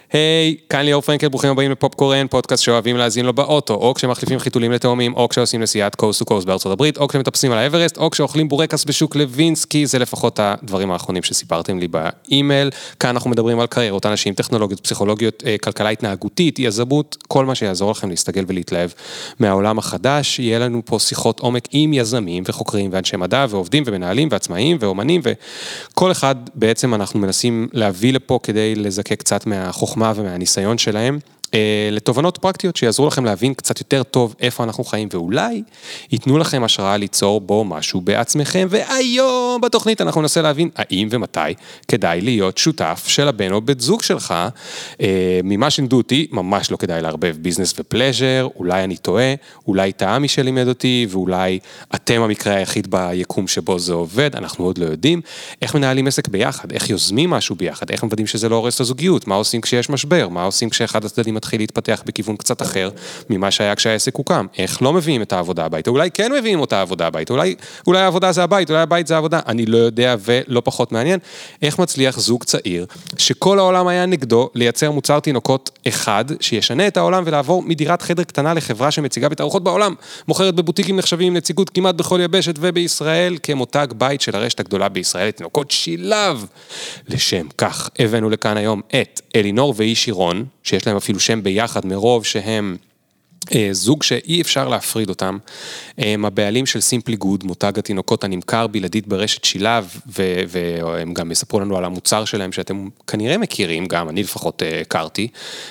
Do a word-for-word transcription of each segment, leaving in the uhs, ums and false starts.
היי, כאן ליאור פרנקל, ברוכים הבאים לפופקורן, פודקאסט שאוהבים להזין לו באוטו, או כשמחליפים חיתולים לתאומים, או כשעושים נסיעת קוסט טו קוסט בארצות הברית, או כשמטפסים על האברסט, או כשאוכלים בורקס בשוק לוינסקי, זה לפחות הדברים האחרונים שסיפרתם לי באימייל. כאן אנחנו מדברים על קריירות, אנשים, טכנולוגיות, פסיכולוגיות, כלכלה התנהגותית, יזמות, כל מה שיעזור לכם להסתגל ולהתלהב מהעולם החדש. יהיה לנו פה שיחות עומק עם יזמים וחוקרים ואנשי מדע ועובדים ומנהלים ועצמאים ואומנים, וכל אחד בעצם אנחנו מנסים להביא לפה כדי לזקק קצת מהחוכמה ומהניסיון שלהם, לתובנות פרקטיות שיעזרו לכם להבין קצת יותר טוב איפה אנחנו חיים, ואולי ייתנו לכם השראה ליצור בו משהו בעצמכם. והיום בתוכנית אנחנו ננסה להבין האם ומתי כדאי להיות שותף של הבן או בת זוג שלך. ממה שנדעו אותי, ממש לא כדאי להרבב ביזנס ופלז'ר, אולי אני טועה, אולי טעה מי שלימד אותי, ואולי אתם המקרה היחיד ביקום שבו זה עובד, אנחנו עוד לא יודעים. איך מנהלים עסק ביחד, איך יוזמים משהו ביחד, איך מוודאים שזה לא הורס את הזוגיות, מה עושים כשיש משבר, מה עושים כשאחד הצדדים מתחיל להתפתח בכיוון קצת אחר ממה שהיה כשהעסק הוקם. איך לא מביאים את העבודה הביתה? אולי כן מביאים אותה העבודה הביתה, אולי, אולי העבודה זה הבית, אולי הבית זה העבודה, אני לא יודע ולא פחות מעניין. איך מצליח זוג צעיר שכל העולם היה נגדו לייצר מוצר תינוקות אחד שישנה את העולם ולעבור מדירת חדר קטנה לחברה שמציגה בתערוכות בעולם, מוכרת בבוטיקים נחשבים נציגות כמעט בכל יבשת ובישראל כמותג בית של הרשת הגדולה בישראל, תינוקות שילב. לשם כך הבאנו לכאן היום את אלינור ואיש ירון, שיש להם אפילו שם ביחד מרוב שהם זוג שאי אפשר להפריד אותם. הם הבעלים של סימפלי גוד, מותג התינוקות הנמכר בלעדית ברשת שילב, והם גם יספרו לנו על המוצר שלהם שאתם כנראה מכירים, גם אני לפחות הכרתי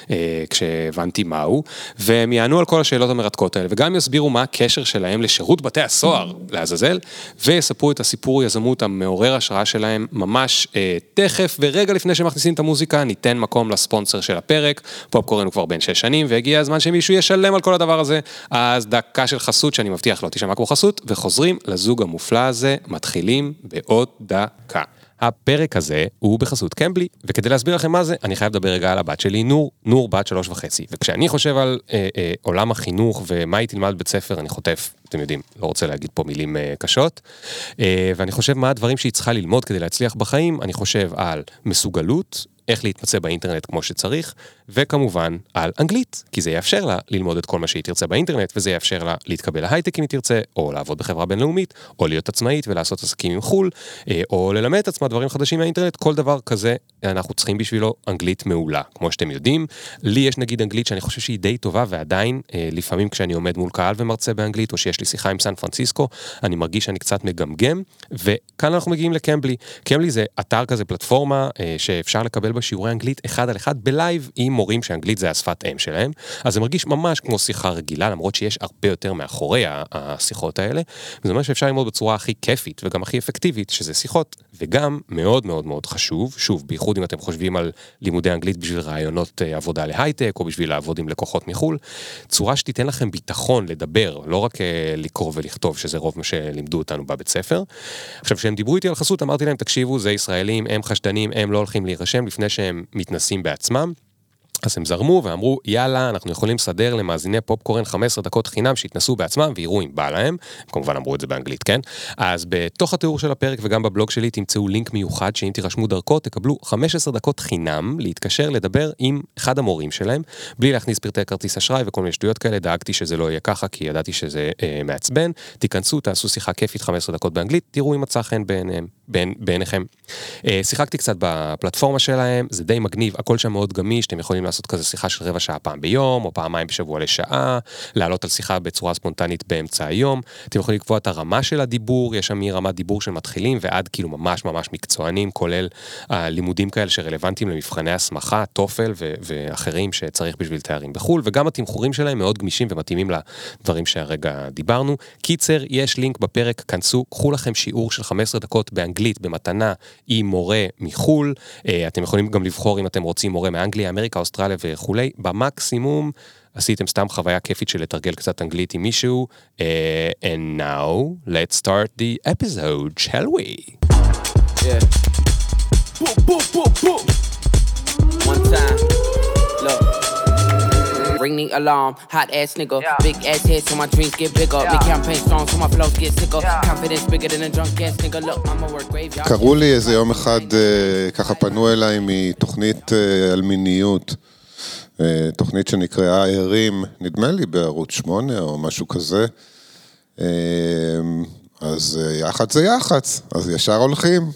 כשהבנתי מהו, והם יענו על כל השאלות המרתקות האלה, וגם יסבירו מה הקשר שלהם לשירות בתי הסוהר, לעזאזל, ויספרו את הסיפור יזמות המעורר השראה שלהם ממש תכף, ורגע לפני שמכניסים את המוזיקה, ניתן מקום לספונסר של הפרק. פופקורן הוא כבר בין שש שנים, והגיע הזמן שמישהו ישלם על כל הדבר הזה. אז דקה של חסות שאני מבטיח לא תשמע כמו חסות, וחוזרים לזוג המופלא הזה, מתחילים בעוד דקה. הפרק הזה הוא בחסות קמבלי, וכדי להסביר לכם מה זה, אני חייב לדבר רגע על הבת שלי, נור, נור בת שלוש וחצי, וכשאני חושב על אה, אה, עולם החינוך ומה היא תלמד בית ספר, אני חוטף, אתם יודעים, לא רוצה להגיד פה מילים אה, קשות, אה, ואני חושב מה הדברים שהיא צריכה ללמוד כדי להצליח בחיים, אני חושב על מסוגלות, איך להתמצא באינטרנט כמו שצריך, וכמובן על אנגלית, כי זה יאפשר לה ללמוד את כל מה שהיא תרצה באינטרנט, וזה יאפשר לה להתקבל להייטק אם היא תרצה, או לעבוד בחברה בינלאומית, או להיות עצמאית ולעשות עסקים עם חול, או ללמד את עצמה דברים חדשים מהאינטרנט, כל דבר כזה אנחנו צריכים בשבילו אנגלית מעולה, כמו שאתם יודעים. לי יש נגיד אנגלית שאני חושב שהיא די טובה, ועדיין לפעמים כשאני עומד מול קהל ומרצה באנגלית, או שיש לי שיחה עם סן פרנסיסקו, אני מרגיש שאני קצת מגמגם, וכאן אנחנו מגיעים לקמבלי. קמבלי זה אתר כזה, פלטפורמה שאפשר לקבל בשיעורי אנגלית אחד על אחד בלייב עם מורים שאנגלית זה השפת אם שלהם, אז זה מרגיש ממש כמו שיחה רגילה, למרות שיש הרבה יותר מאחורי השיחות האלה, וזה אומר שאפשר ללמוד בצורה הכי כיפית וגם הכי אפקטיבית, שזה שיחות, וגם מאוד מאוד מאוד חשוב, שוב, בייחוד אם אתם חושבים על לימודי אנגלית בשביל רעיונות עבודה להייטק, או בשביל לעבוד עם לקוחות מחול, צורה שתיתן לכם ביטחון לדבר, לא רק לקרוא ולכתוב, שזה רוב מה שלימדו אותנו בבית ספר. עכשיו, כשהם דיברו איתי על חסות, אמרתי להם, תקשיבו, זה ישראלים, הם חשדנים, הם לא הולכים להירשם לפני שהם מתנסים בעצמם. אז הם זרמו ואמרו, יאללה, אנחנו יכולים לסדר למאזיני פופקורן חמש עשרה דקות חינם שהתנסו בעצמם ויראו אם בא להם. הם כמובן אמרו את זה באנגלית, כן? אז בתוך התיאור של הפרק וגם בבלוג שלי תמצאו לינק מיוחד שאם תירשמו דרכו, תקבלו חמש עשרה דקות חינם להתקשר לדבר עם אחד המורים שלהם, בלי להכניס פרטי כרטיס אשראי וכל מיני שטויות כאלה. דאגתי שזה לא יהיה ככה, כי ידעתי שזה אה, מעצבן. תיכנסו, תעשו שיחה כיפית חמש עשרה דקות באנגלית, תראו אם מצא חן בעיניהם, בין, בעיניכם. אה, שיחקתי קצת בפלטפורמה שלהם, זה די מגניב, הכל שם מאוד גמיש, אתם יכולים לעשות כזה שיחה של רבע שעה פעם ביום, או פעמיים בשבוע לשעה, לעלות על שיחה בצורה ספונטנית באמצע היום. אתם יכולים לקבוע את הרמה של הדיבור, יש שם מרמת דיבור של מתחילים, ועד כאילו ממש ממש מקצוענים, כולל הלימודים כאלה שרלוונטיים למבחני הסמכה, טופל ו- ואחרים שצריך בשביל תארים בחול, וגם התמחורים שלהם מאוד גמישים ומתאימים לדברים שהרגע דיברנו. קיצר, יש לינק בפרק, כנסו, קחו לכם שיעור של חמש עשרה דקות באנגלית במתנה עם מורה מחול. אתם יכולים גם לבחור אם אתם רוצים מורה מאנגליה, אמריקה, אוסטרליה וכולי. במקסימום עשיתם סתם חוויה כיפית של לתרגל קצת אנגלית עם מישהו. Uh, and now, let's start the episode, shall we? Yeah. Boop, boop, boop, boop. One time. Look. ring the alarm, hot ass nigga, big ass head so my dreams get bigger, big campaign strong so my flows get sicker, confidence bigger than a drunk ass nigga, look, I'ma work graveyard. קראו לי איזה יום אחד, ככה פנו אליי מתוכנית על מיניות, תוכנית שנקראה ערים, נדמה לי בערוץ שמונה או משהו כזה, אז יח"צ זה יח"צ, אז ישר הולכים,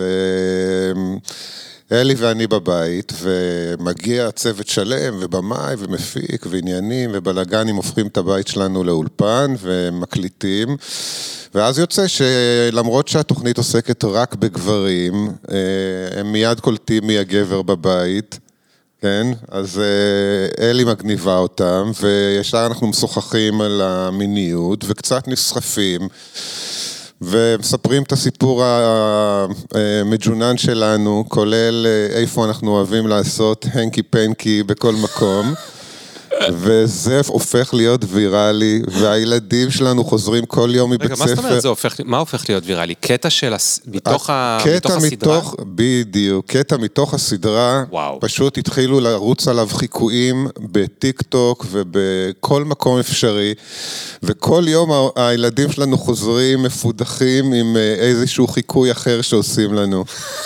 ואלי ואני בבית, ומגיע צוות שלם, ובמאי, ומפיק, ועניינים, ובלגנים הופכים את הבית שלנו לאולפן, ומקליטים, ואז יוצא שלמרות שהתוכנית עוסקת רק בגברים, הם מיד קולטים מי הגבר בבית, כן? אז אלי מגניבה אותם, וישר אנחנו משוחחים על המיניות, וקצת נסחפים, ומספרים את הסיפור המג'ונן שלנו, כולל איפה אנחנו אוהבים לעשות הנקי פנקי בכל מקום, וזה הופך להיות ויראלי, והילדים שלנו חוזרים כל יום מבית ספר. רגע, מה זאת אומרת זה הופך, מה הופך להיות ויראלי? קטע של, מתוך קטע מתוך, בדיוק, קטע מתוך הסדרה, פשוט התחילו לרוץ עליו חיקויים בטיק טוק ובכל מקום אפשרי, וכל יום הילדים שלנו חוזרים מפודחים עם איזשהו חיקוי אחר שעושים לנו.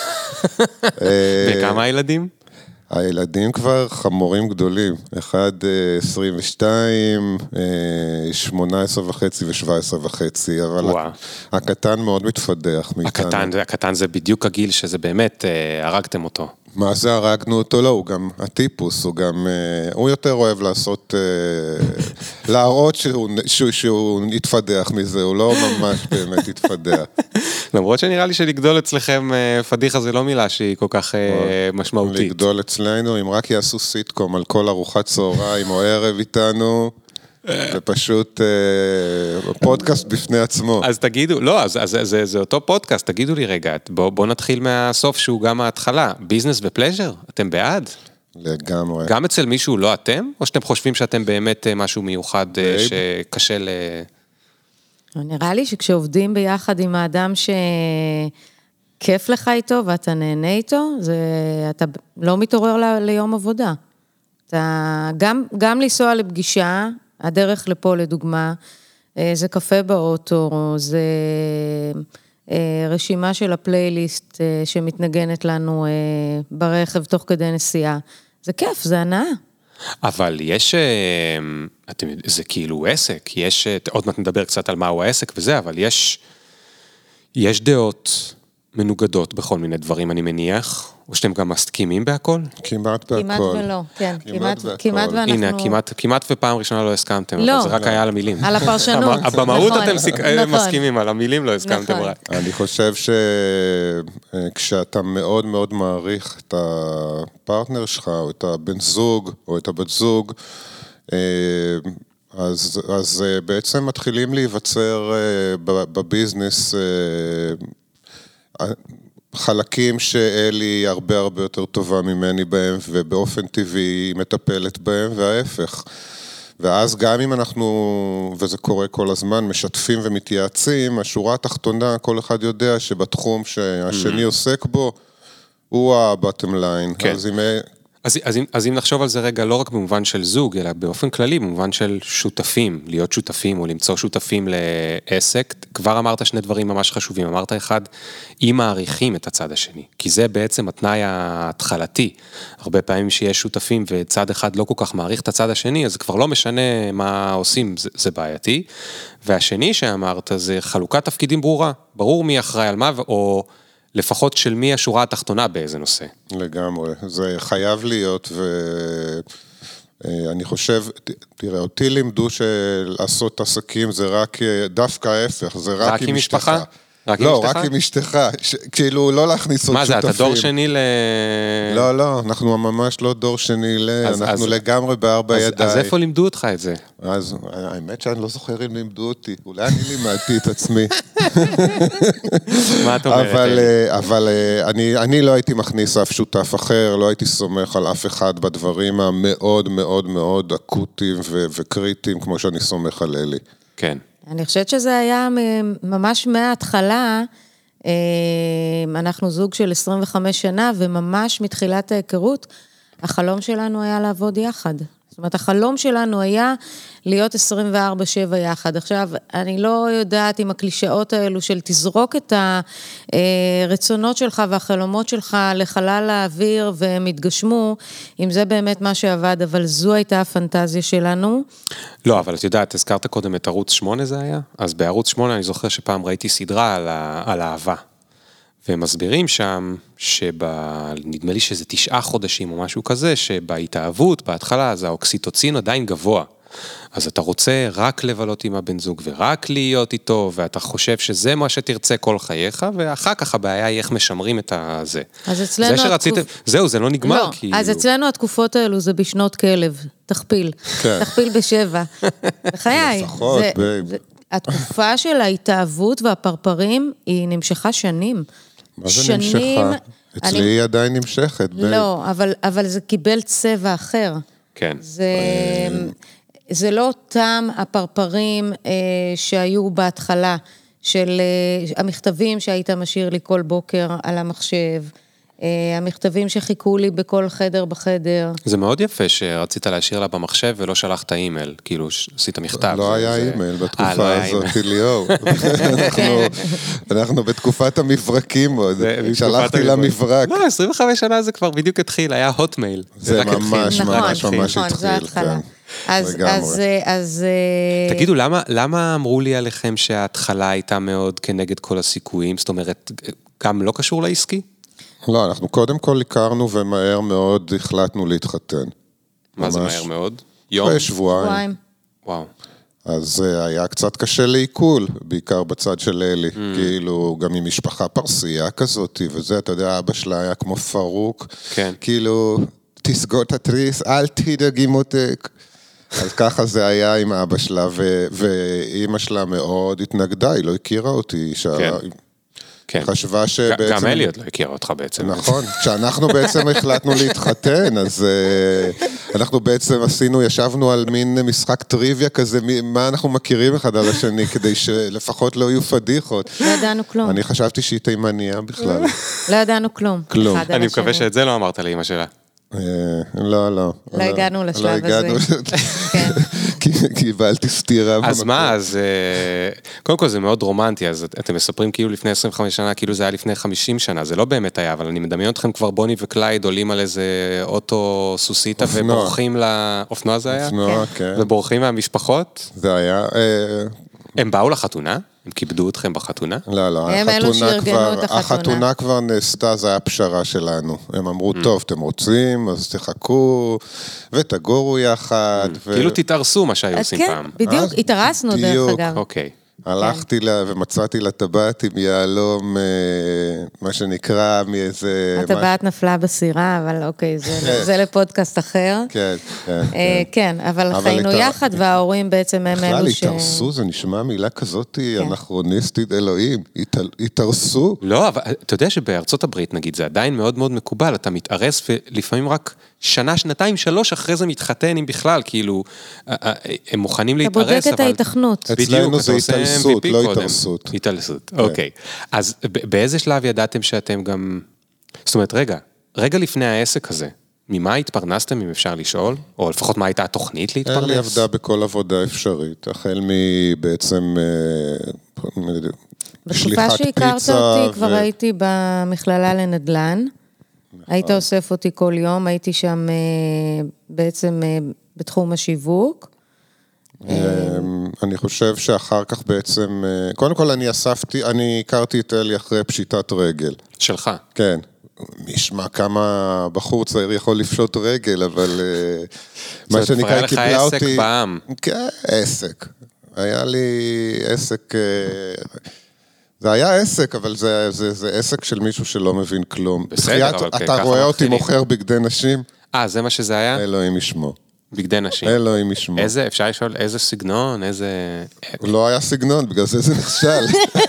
וכמה הילדים? הילדים כבר חמורים גדולים, אחד עשרים ושתיים, שמונה עשרה וחצי ושבע עשרה וחצי, אבל וואו. הקטן מאוד מתפדח מאיתנו. הקטן, הקטן זה בדיוק הגיל שזה באמת, הרגתם אותו. מה זה הרגנו אותו? לא, הוא גם הטיפוס, הוא גם, הוא יותר אוהב לעשות, להראות שהוא, שהוא, שהוא יתפדח מזה, הוא לא ממש באמת יתפדח. למרות שנראה לי שלגדול אצלכם פדיחה זה לא מילה שהיא כל כך משמעותית. לגדול אצלנו, אם רק יעשו סיטקום על כל ארוחת צהריים או ערב איתנו, זה פשוט פודקאסט בפני עצמו. אז תגידו, לא, אז זה אותו פודקאסט, תגידו לי רגע, בואו נתחיל מהסוף שהוא גם ההתחלה, ביזנס ופלז'ר, אתם בעד? לגמרי. גם אצל מישהו לא אתם? או שאתם חושבים שאתם באמת משהו מיוחד שקשה ל... נראה לי שכשעובדים ביחד עם האדם שכיף לך איתו ואתה נהנה איתו, אתה לא מתעורר ליום עבודה. אתה גם, גם לנסוע לפגישה, הדרך לפה לדוגמה, זה קפה באוטו, זה רשימה של הפלייליסט שמתנגנת לנו ברכב תוך כדי נסיעה. זה כיף, זה הנאה. אבל יש, אתם, זה כאילו עסק, יש, עוד מעט נדבר קצת על מהו העסק וזה, אבל יש, יש דעות מנוגדות בכל מיני דברים, אני מניח, או שאתם גם מסכימים בהכל? כמעט בהכל. כמעט ולא, כן. כמעט, כמעט ואנחנו... הנה, כמעט, כמעט ופעם ראשונה לא הסכמתם, לא. אבל זה רק היה על המילים. על הפרשנות. במהות אתם מסכימים, על המילים לא הסכמתם רק. אני חושב שכשאתה מאוד מאוד מעריך את הפרטנר שלך, או את הבן זוג, או את הבת זוג, אז, אז בעצם מתחילים להיווצר בביזנס חלקים שאלי הרבה הרבה יותר טובה ממני בהם, ובאופן טבעי היא מטפלת בהם, וההפך. ואז גם אם אנחנו, וזה קורה כל הזמן, משתפים ומתייעצים, השורה התחתונה, כל אחד יודע שבתחום שהשני עוסק בו, הוא ה-bottom line. כן. אז אם... אז, אז, אז אם נחשוב על זה רגע, לא רק במובן של זוג, אלא באופן כללי, במובן של שותפים, להיות שותפים או למצוא שותפים לעסק, כבר אמרת שני דברים ממש חשובים. אמרת אחד, אם מעריכים את הצד השני, כי זה בעצם התנאי ההתחלתי. הרבה פעמים שיש שותפים וצד אחד לא כל כך מעריך את הצד השני, אז כבר לא משנה מה עושים, זה, זה בעייתי. והשני שאמרת, זה חלוקת תפקידים ברורה. ברור מי אחראי על מה, או... לפחות של מי השורה התחתונה באיזה נושא. לגמרי, זה חייב להיות, ואני חושב, תראה, אותי לימדו שלעשות עסקים זה רק, דווקא ההפך, זה רק, רק עם משפחה. רק לא, עם רק עם אשתך, כאילו לא להכניס עוד שותפים. מה זה, אתה דור שני ל... לא, לא, אנחנו ממש לא דור שני ל... אז, אנחנו אז, לגמרי בארבע אז, ידיים. אז איפה לימדו אותך את זה? אז האמת שאני לא זוכר אם לימדו אותי, אולי אני לימדתי את עצמי. מה את אומרת? אבל, אבל אני, אני לא הייתי מכניס אף שותף אחר, לא הייתי סומך על אף אחד בדברים המאוד מאוד מאוד אקוטיים ו- וקריטיים, כמו שאני סומך על אלי. כן. אני חושבת שזה היה ממש מההתחלה, אנחנו זוג של עשרים וחמש שנה, וממש מתחילת ההיכרות, החלום שלנו היה לעבוד יחד. זאת אומרת, החלום שלנו היה להיות עשרים וארבע שבע יחד. עכשיו, אני לא יודעת אם הקלישאות האלו של תזרוק את הרצונות שלך והחלומות שלך לחלל האוויר והם התגשמו, אם זה באמת מה שעבד, אבל זו הייתה הפנטזיה שלנו. לא, אבל את יודעת, הזכרת קודם את ערוץ שמונה זה היה? אז בערוץ שמונה אני זוכר שפעם ראיתי סדרה על, ה... על האהבה. והם מסבירים שם, שנדמה לי שזה תשעה חודשים או משהו כזה, שבהתאהבות, בהתחלה, אז האוקסיטוצין עדיין גבוה. אז אתה רוצה רק לבלות עם הבן זוג, ורק להיות איתו, ואתה חושב שזה מה שתרצה כל חייך, ואחר כך הבעיה היא איך משמרים את הזה. אז אצלנו... זה שרציתם... התקופ... זהו, זה לא נגמר, לא, כאילו... אז אצלנו התקופות האלו זה בשנות כלב, תכפיל. כן. תכפיל בשבע. בחיי. לפחות, זה, בייב. זה, התקופה של ההתאהבות והפרפרים, היא נמשכה שנים. מה זה נמשכה? אצלי היא עדיין נמשכת. לא, אבל, אבל זה קיבל צבע אחר. כן. זה, זה לא אותם הפרפרים אה, שהיו בהתחלה, של אה, המכתבים שהיית משאיר לי כל בוקר על המחשב, אה, המכתבים שחיכו לי בכל חדר בחדר. זה מאוד יפה שרצית להשאיר לה במחשב ולא שלחת אימייל, כאילו עשית מכתב. לא היה אימייל בתקופה הזאת, ליאור. אנחנו בתקופת המברקים עוד, שלחתי לה מברק. לא, עשרים וחמש שנה זה כבר בדיוק התחיל, היה הוטמייל. זה ממש ממש ממש התחיל. אז, אז, אז... תגידו, למה, למה אמרו לי עליכם שההתחלה הייתה מאוד כנגד כל הסיכויים? זאת אומרת, גם לא קשור לעסקי? לא, אנחנו קודם כל הכרנו ומהר מאוד החלטנו להתחתן. מה זה מהר מאוד? יום? אחרי שבועיים. וואו. אז היה קצת קשה לעיכול, בעיקר בצד של אלי. כאילו, גם עם משפחה פרסייה כזאת, וזה, אתה יודע, אבא שלה היה כמו פרוק. כן. כאילו, תסגור את התריס, אל תדאגי מותק. אז ככה זה היה עם אבא שלה, ואימא שלה מאוד התנגדה, היא לא הכירה אותי. כן. כן. חשבה שבעצם... גם אלי עוד לא הכירה אותך בעצם. נכון, כשאנחנו בעצם החלטנו להתחתן, אז אנחנו בעצם עשינו, ישבנו על מין משחק טריוויה כזה, מה אנחנו מכירים אחד על השני, כדי שלפחות לא יהיו פדיחות. לא ידענו כלום. אני חשבתי שהיא תימניה בכלל. לא ידענו כלום. כלום. אני מקווה שאת זה לא אמרת לאמא שלה. לא, לא. לא הגענו לשלב הזה. כן. קיבלתי סתירה. אז מה, אז קודם כל זה מאוד רומנטי, אז אתם מספרים כאילו לפני עשרים וחמש שנה, כאילו זה היה לפני חמישים שנה, זה לא באמת היה, אבל אני מדמיין אתכם כבר בוני וקלייד עולים על איזה אוטו סוסיטה ובורחים לאופנוע זה היה? אופנוע, כן. ובורחים מהמשפחות? זה היה... הם באו לחתונה? הם כיבדו אתכם בחתונה? לא, לא, הם אלו שארגנו את החתונה. החתונה כבר נעשתה, זה היה פשרה שלנו. הם אמרו, טוב, אתם רוצים, אז תחכו, ותגורו יחד. כאילו תתארסו מה שהיו עושים פעם. כן, בדיוק, התארסנו דרך אגב. אוקיי. הלכתי לה ומצאתי לה טבעת עם יעלום, מה שנקרא, מאיזה... הטבעת נפלה בסירה, אבל אוקיי, זה לפודקאסט אחר. כן, כן. כן, אבל חיינו יחד, וההורים בעצם הם אלו ש... בכלל, התארסו, זה נשמע מילה כזאת אנכרוניסטית, אלוהים, התארסו. לא, אבל אתה יודע שבארצות הברית, נגיד, זה עדיין מאוד מאוד מקובל, אתה מתארס ולפעמים רק שנה, שנתיים, שלוש, אחרי זה מתחתן עם בכלל, כאילו, הם מוכנים להתארס, אבל... אתה בודק את ההתכנות. אצלנו זה התארסות, לא התארסות. התארסות, אוקיי. אז באיזה שלב ידעתם שאתם גם... זאת אומרת, רגע, רגע לפני העסק הזה, ממה התפרנסתם, אם אפשר לשאול? או לפחות מה הייתה התוכנית להתפרנס? אלי עבדה בכל עבודה אפשרית, החל מבעצם... בתקופה שהכרת אותי, כבר הייתי במכללה לנדל"ן, היית אוסף אותי כל יום, הייתי שם בעצם בתחום השיווק. אני חושב שאחר כך בעצם, קודם כל אני אספתי, אני הכרתי את אלי אחרי פשיטת רגל. שלך? כן. נשמע כמה בחור צעיר יכול לפשוט רגל, אבל מה שנקרא, היא קיבלה אותי... זה כבר היה לך עסק בעם. כן, עסק. היה לי עסק... זה היה עסק, אבל זה, זה, זה עסק של מישהו שלא מבין כלום. בסדר, אבל ככה אתה רואה אותי מוכר בגדי נשים? אה, זה מה שזה היה? אלוהים ישמו. בגדי נשים. אלוהים ישמו. איזה, אפשר לשאול איזה סגנון, איזה... לא היה סגנון, בגלל זה זה נכשל.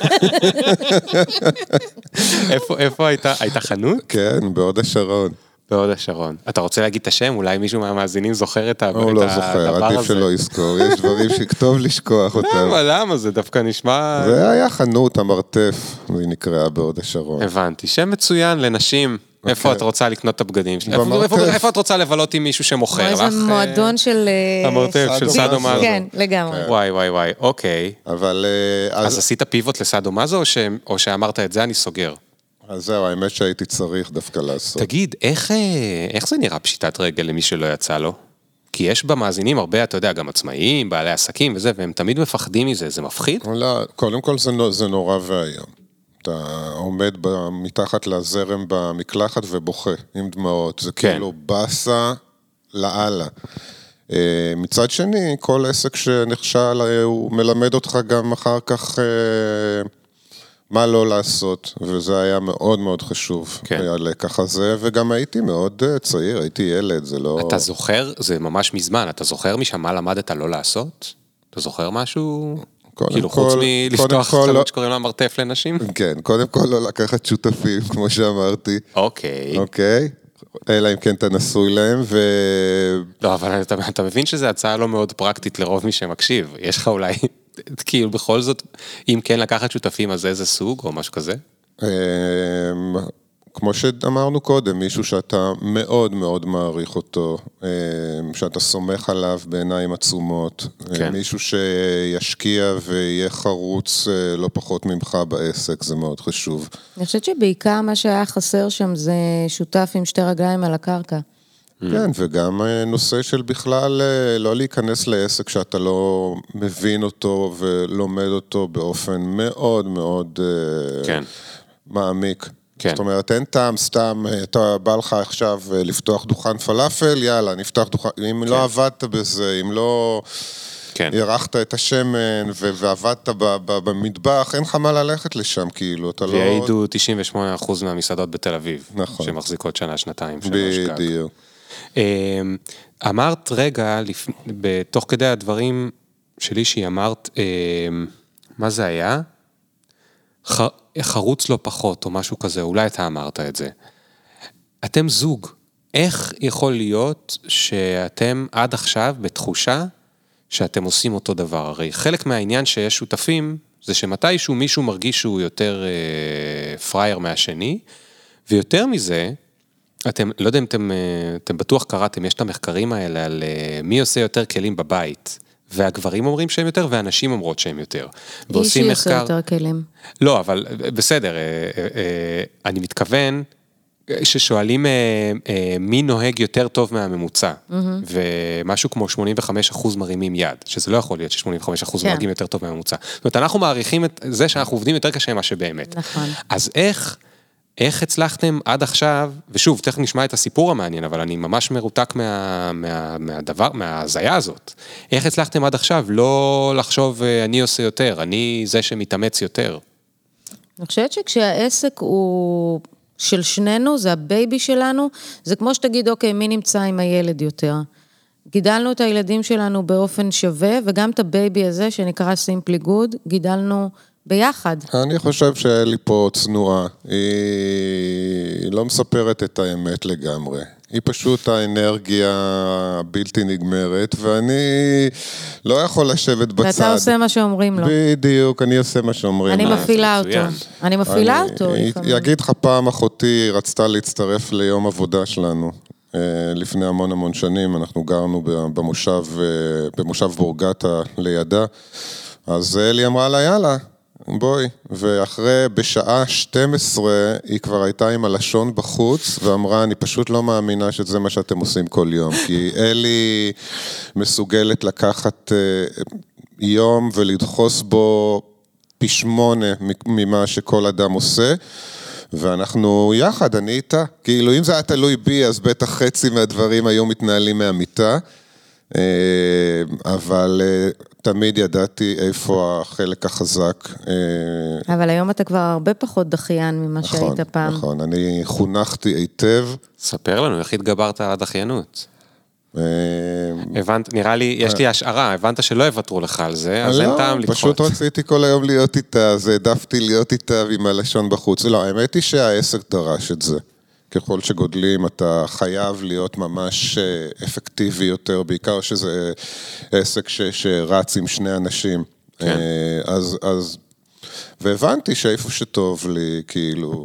איפה, איפה הייתה? הייתה חנות? כן, בהוד השרון. בהוד השרון. אתה רוצה להגיד את השם? אולי מישהו מהמאזינים זוכר את הדבר הזה? הוא לא זוכר, עדיף שלא יזכור. יש דברים שכתוב לשכוח אותם. למה, למה? זה דווקא נשמע... זה היה חנות, המרתף, והיא נקראה בהוד השרון. הבנתי. שם מצוין לנשים. איפה את רוצה לקנות את הבגדים? איפה את רוצה לבלות עם מישהו שמוכר לך? איזה מועדון של... המרתף של סאדו מאזו. כן, לגמרי. וואי, וואי, וואי, אוקיי. אבל... אז עשית פיבוט לסאדו מאזו, או שאמרת את זה אני סוגר? אז זהו, האמת שהייתי צריך דווקא לעשות. תגיד, איך זה נראה פשיטת רגל למי שלא יצא לו? כי יש במאזינים הרבה, אתה יודע, גם עצמאיים, בעלי עסקים וזה, והם תמיד מפחדים מזה, זה מפחיד? לא, קודם כל זה נורא והיום. אתה עומד מתחת לזרם במקלחת ובוכה עם דמעות, זה כאילו בסה לאללה. מצד שני, כל עסק שנכשל, הוא מלמד אותך גם אחר כך מה לא לעשות, וזה היה מאוד מאוד חשוב, הלקח הזה, וגם הייתי מאוד צעיר, הייתי ילד, זה לא... אתה זוכר, זה ממש מזמן, אתה זוכר משם מה למדת לא לעשות? אתה זוכר משהו? כאילו חוץ מלפתוח חנות שקוראים לה מרתף לנשים? כן, קודם כל לא לקחת שותפים, כמו שאמרתי. אוקיי. אוקיי? אלא אם כן אתה נשוי להם, ו... לא, אבל אתה, אתה מבין שזו הצעה לא מאוד פרקטית לרוב מי שמקשיב. יש לך אולי, כאילו בכל זאת, אם כן לקחת שותפים, אז איזה סוג או משהו כזה? כמו שאמרנו קודם, מישהו שאתה מאוד מאוד מעריך אותו, שאתה סומך עליו בעיניים עצומות, כן. מישהו שישקיע ויהיה חרוץ לא פחות ממך בעסק, זה מאוד חשוב. אני חושבת שבעיקר מה שהיה חסר שם זה שותף עם שתי רגליים על הקרקע. כן, וגם נושא של בכלל לא להיכנס לעסק שאתה לא מבין אותו ולומד אותו באופן מאוד מאוד כן. מעמיק. כן. זאת אומרת, אין טעם, סתם, אתה בא לך עכשיו לפתוח דוכן פלאפל, יאללה, נפתח דוכן, אם כן. לא עבדת בזה, אם לא כן. ירחת את השמן ו- ועבדת ב- ב- במטבח, אין לך מה ללכת לשם, כאילו, אתה לא... והעידו תשעים ושמונה אחוז מהמסעדות בתל אביב, נכון. שמחזיקות שנה, שנתיים, שלוש גג. בדיוק. אמרת רגע, בתוך כדי הדברים שלי שהיא אמרת, מה זה היה? חרוץ לא פחות, או משהו כזה, אולי אתה אמרת את זה. אתם זוג, איך יכול להיות שאתם עד עכשיו בתחושה שאתם עושים אותו דבר? הרי חלק מהעניין שיש שותפים, זה שמתישהו מישהו מרגיש שהוא יותר אה, פרייר מהשני, ויותר מזה, אתם, לא יודע אם אתם, אתם בטוח קראתם, יש את המחקרים האלה על מי עושה יותר כלים בבית, והגברים אומרים שהם יותר, והנשים אומרות שהם יותר. אישי עושה יותר כלים. לא, אבל בסדר, אני מתכוון ששואלים מי נוהג יותר טוב מהממוצע, ומשהו כמו שמונים וחמישה אחוז מרימים יד, שזה לא יכול להיות ש-שמונים וחמישה אחוז נוהגים יותר טוב מהממוצע. זאת אומרת, אנחנו מעריכים את זה שאנחנו עובדים יותר קשה מה שבאמת. נכון. אז איך... איך הצלחתם עד עכשיו, ושוב, תכף נשמע את הסיפור המעניין, אבל אני ממש מרותק מה, מה, מהדבר, מהזיה הזאת. איך הצלחתם עד עכשיו לא לחשוב, אני עושה יותר, אני זה שמתאמץ יותר? אני חושבת שכשהעסק הוא של שנינו, זה הבייבי שלנו, זה כמו שתגיד, אוקיי, מי נמצא עם הילד יותר? גידלנו את הילדים שלנו באופן שווה, וגם את הבייבי הזה, שנקרא Simply Good, גידלנו ביחד. אני חושב שהיה לי פה צנועה, היא לא מספרת את האמת לגמרי. היא פשוט האנרגיה הבלתי נגמרת, ואני לא יכול לשבת בצד. ואתה עושה מה שאומרים לו. בדיוק, אני עושה מה שאומרים לו. אני מפעילה אותו. אני מפעילה אותו. אני אגיד לך פעם, אחותי רצתה להצטרף ליום עבודה שלנו. לפני המון המון שנים, אנחנו גרנו במושב, במושב בורגטה לידה, אז אלי אמרה לה, יאללה, בואי, ואחרי בשעה שתים עשרה היא כבר הייתה עם הלשון בחוץ, ואמרה, אני פשוט לא מאמינה שזה מה שאתם עושים כל יום, כי אלי מסוגלת לקחת יום ולדחוס בו פי שמונה ממה שכל אדם עושה, ואנחנו יחד, אני איתה, כאילו אם זה היה תלוי בי, אז בטח חצי מהדברים היו מתנהלים מהמיטה, אבל תמיד ידעתי איפה החלק החזק. אבל היום אתה כבר הרבה פחות דחיין ממה שהיית פעם. נכון, אני חונכתי היטב. ספר לנו, איך התגברת על הדחיינות? הבנת, נראה לי, יש לי השערה, הבנת שלא יוותרו לך על זה, אז אין טעם לדחות. פשוט רציתי כל היום להיות איתה, אז העדפתי להיות איתה עם הלשון בחוץ. לא, האמת היא שהעסק דרש את זה. ככל שגודלים, אתה חייב להיות ממש אפקטיבי יותר, בעיקר שזה עסק ש, שרץ עם שני אנשים. כן. אז, אז, והבנתי שאיפה שטוב לי, כאילו,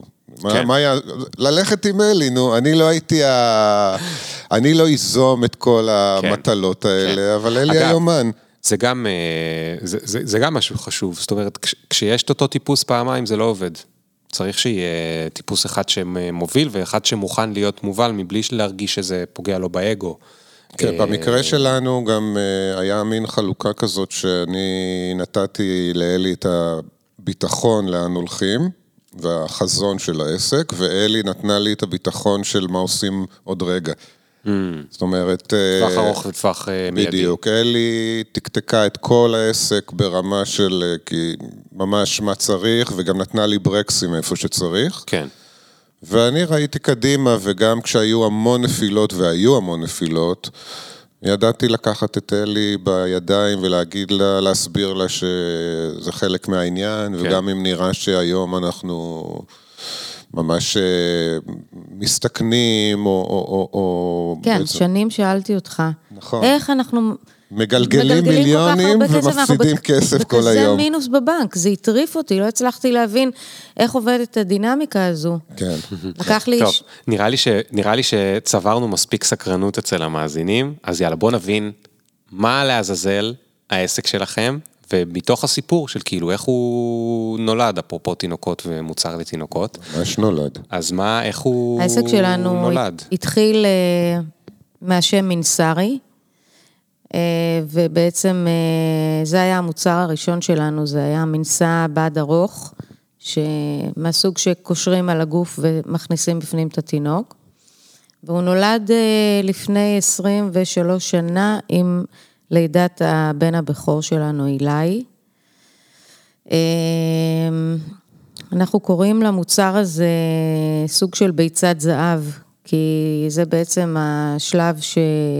מה, מה היה, ללכת עם אלי, נו, אני לא הייתי, ה... אני לא איזום את כל המטלות האלה, כן. אבל אלי אגב, היומן. זה גם, זה, זה, זה גם משהו חשוב, זאת אומרת, כש, כשיש אותו טיפוס פעמיים זה לא עובד. צריך שיהיה טיפוס אחד שמוביל, ואחד שמוכן להיות מובל, מבלי להרגיש שזה פוגע לו באגו. כן, במקרה שלנו גם היה מין חלוקה כזאת, שאני נתתי לאלי את הביטחון לאן הולכים, והחזון של העסק, ואלי נתנה לי את הביטחון של מה עושים עוד רגע. זאת אומרת... טווח ארוך וטווח מיידי. בדיוק, אלי תקתקה את כל העסק ברמה של, כי ממש מה צריך, וגם נתנה לי ברקסים איפה שצריך. כן. ואני ראיתי קדימה, וגם כשהיו המון נפילות, והיו המון נפילות, ידעתי לקחת את אלי בידיים ולהגיד לה, להסביר לה שזה חלק מהעניין, כן. וגם אם נראה שהיום אנחנו ממש מסתכנים, או... או, או כן, בעצם... שנים שאלתי אותך. נכון. איך אנחנו... מגלגלים מיליונים ומפסידים כסף כל היום. וכזה מינוס בבנק, זה הטריף אותי, לא הצלחתי להבין איך עובדת הדינמיקה הזו. כן. לקח לי... טוב, נראה לי, ש... נראה לי שצברנו מספיק סקרנות אצל המאזינים, אז יאללה, בוא נבין מה לעזאזל העסק שלכם, ומתוך הסיפור של כאילו איך הוא נולד, אפרופו תינוקות ומוצר לתינוקות. ממש נולד. אז מה, איך הוא נולד? העסק שלנו התחיל מהשם מינסרי, ובעצם זה היה המוצר הראשון שלנו, זה היה מנסה בד ארוך, מהסוג שקושרים על הגוף ומכניסים בפנים את התינוק, והוא נולד לפני עשרים ושלוש שנה עם לידת הבן הבכור שלנו, אילי. אנחנו קוראים למוצר הזה סוג של ביצת זהב, כי זה בעצם השלב ש...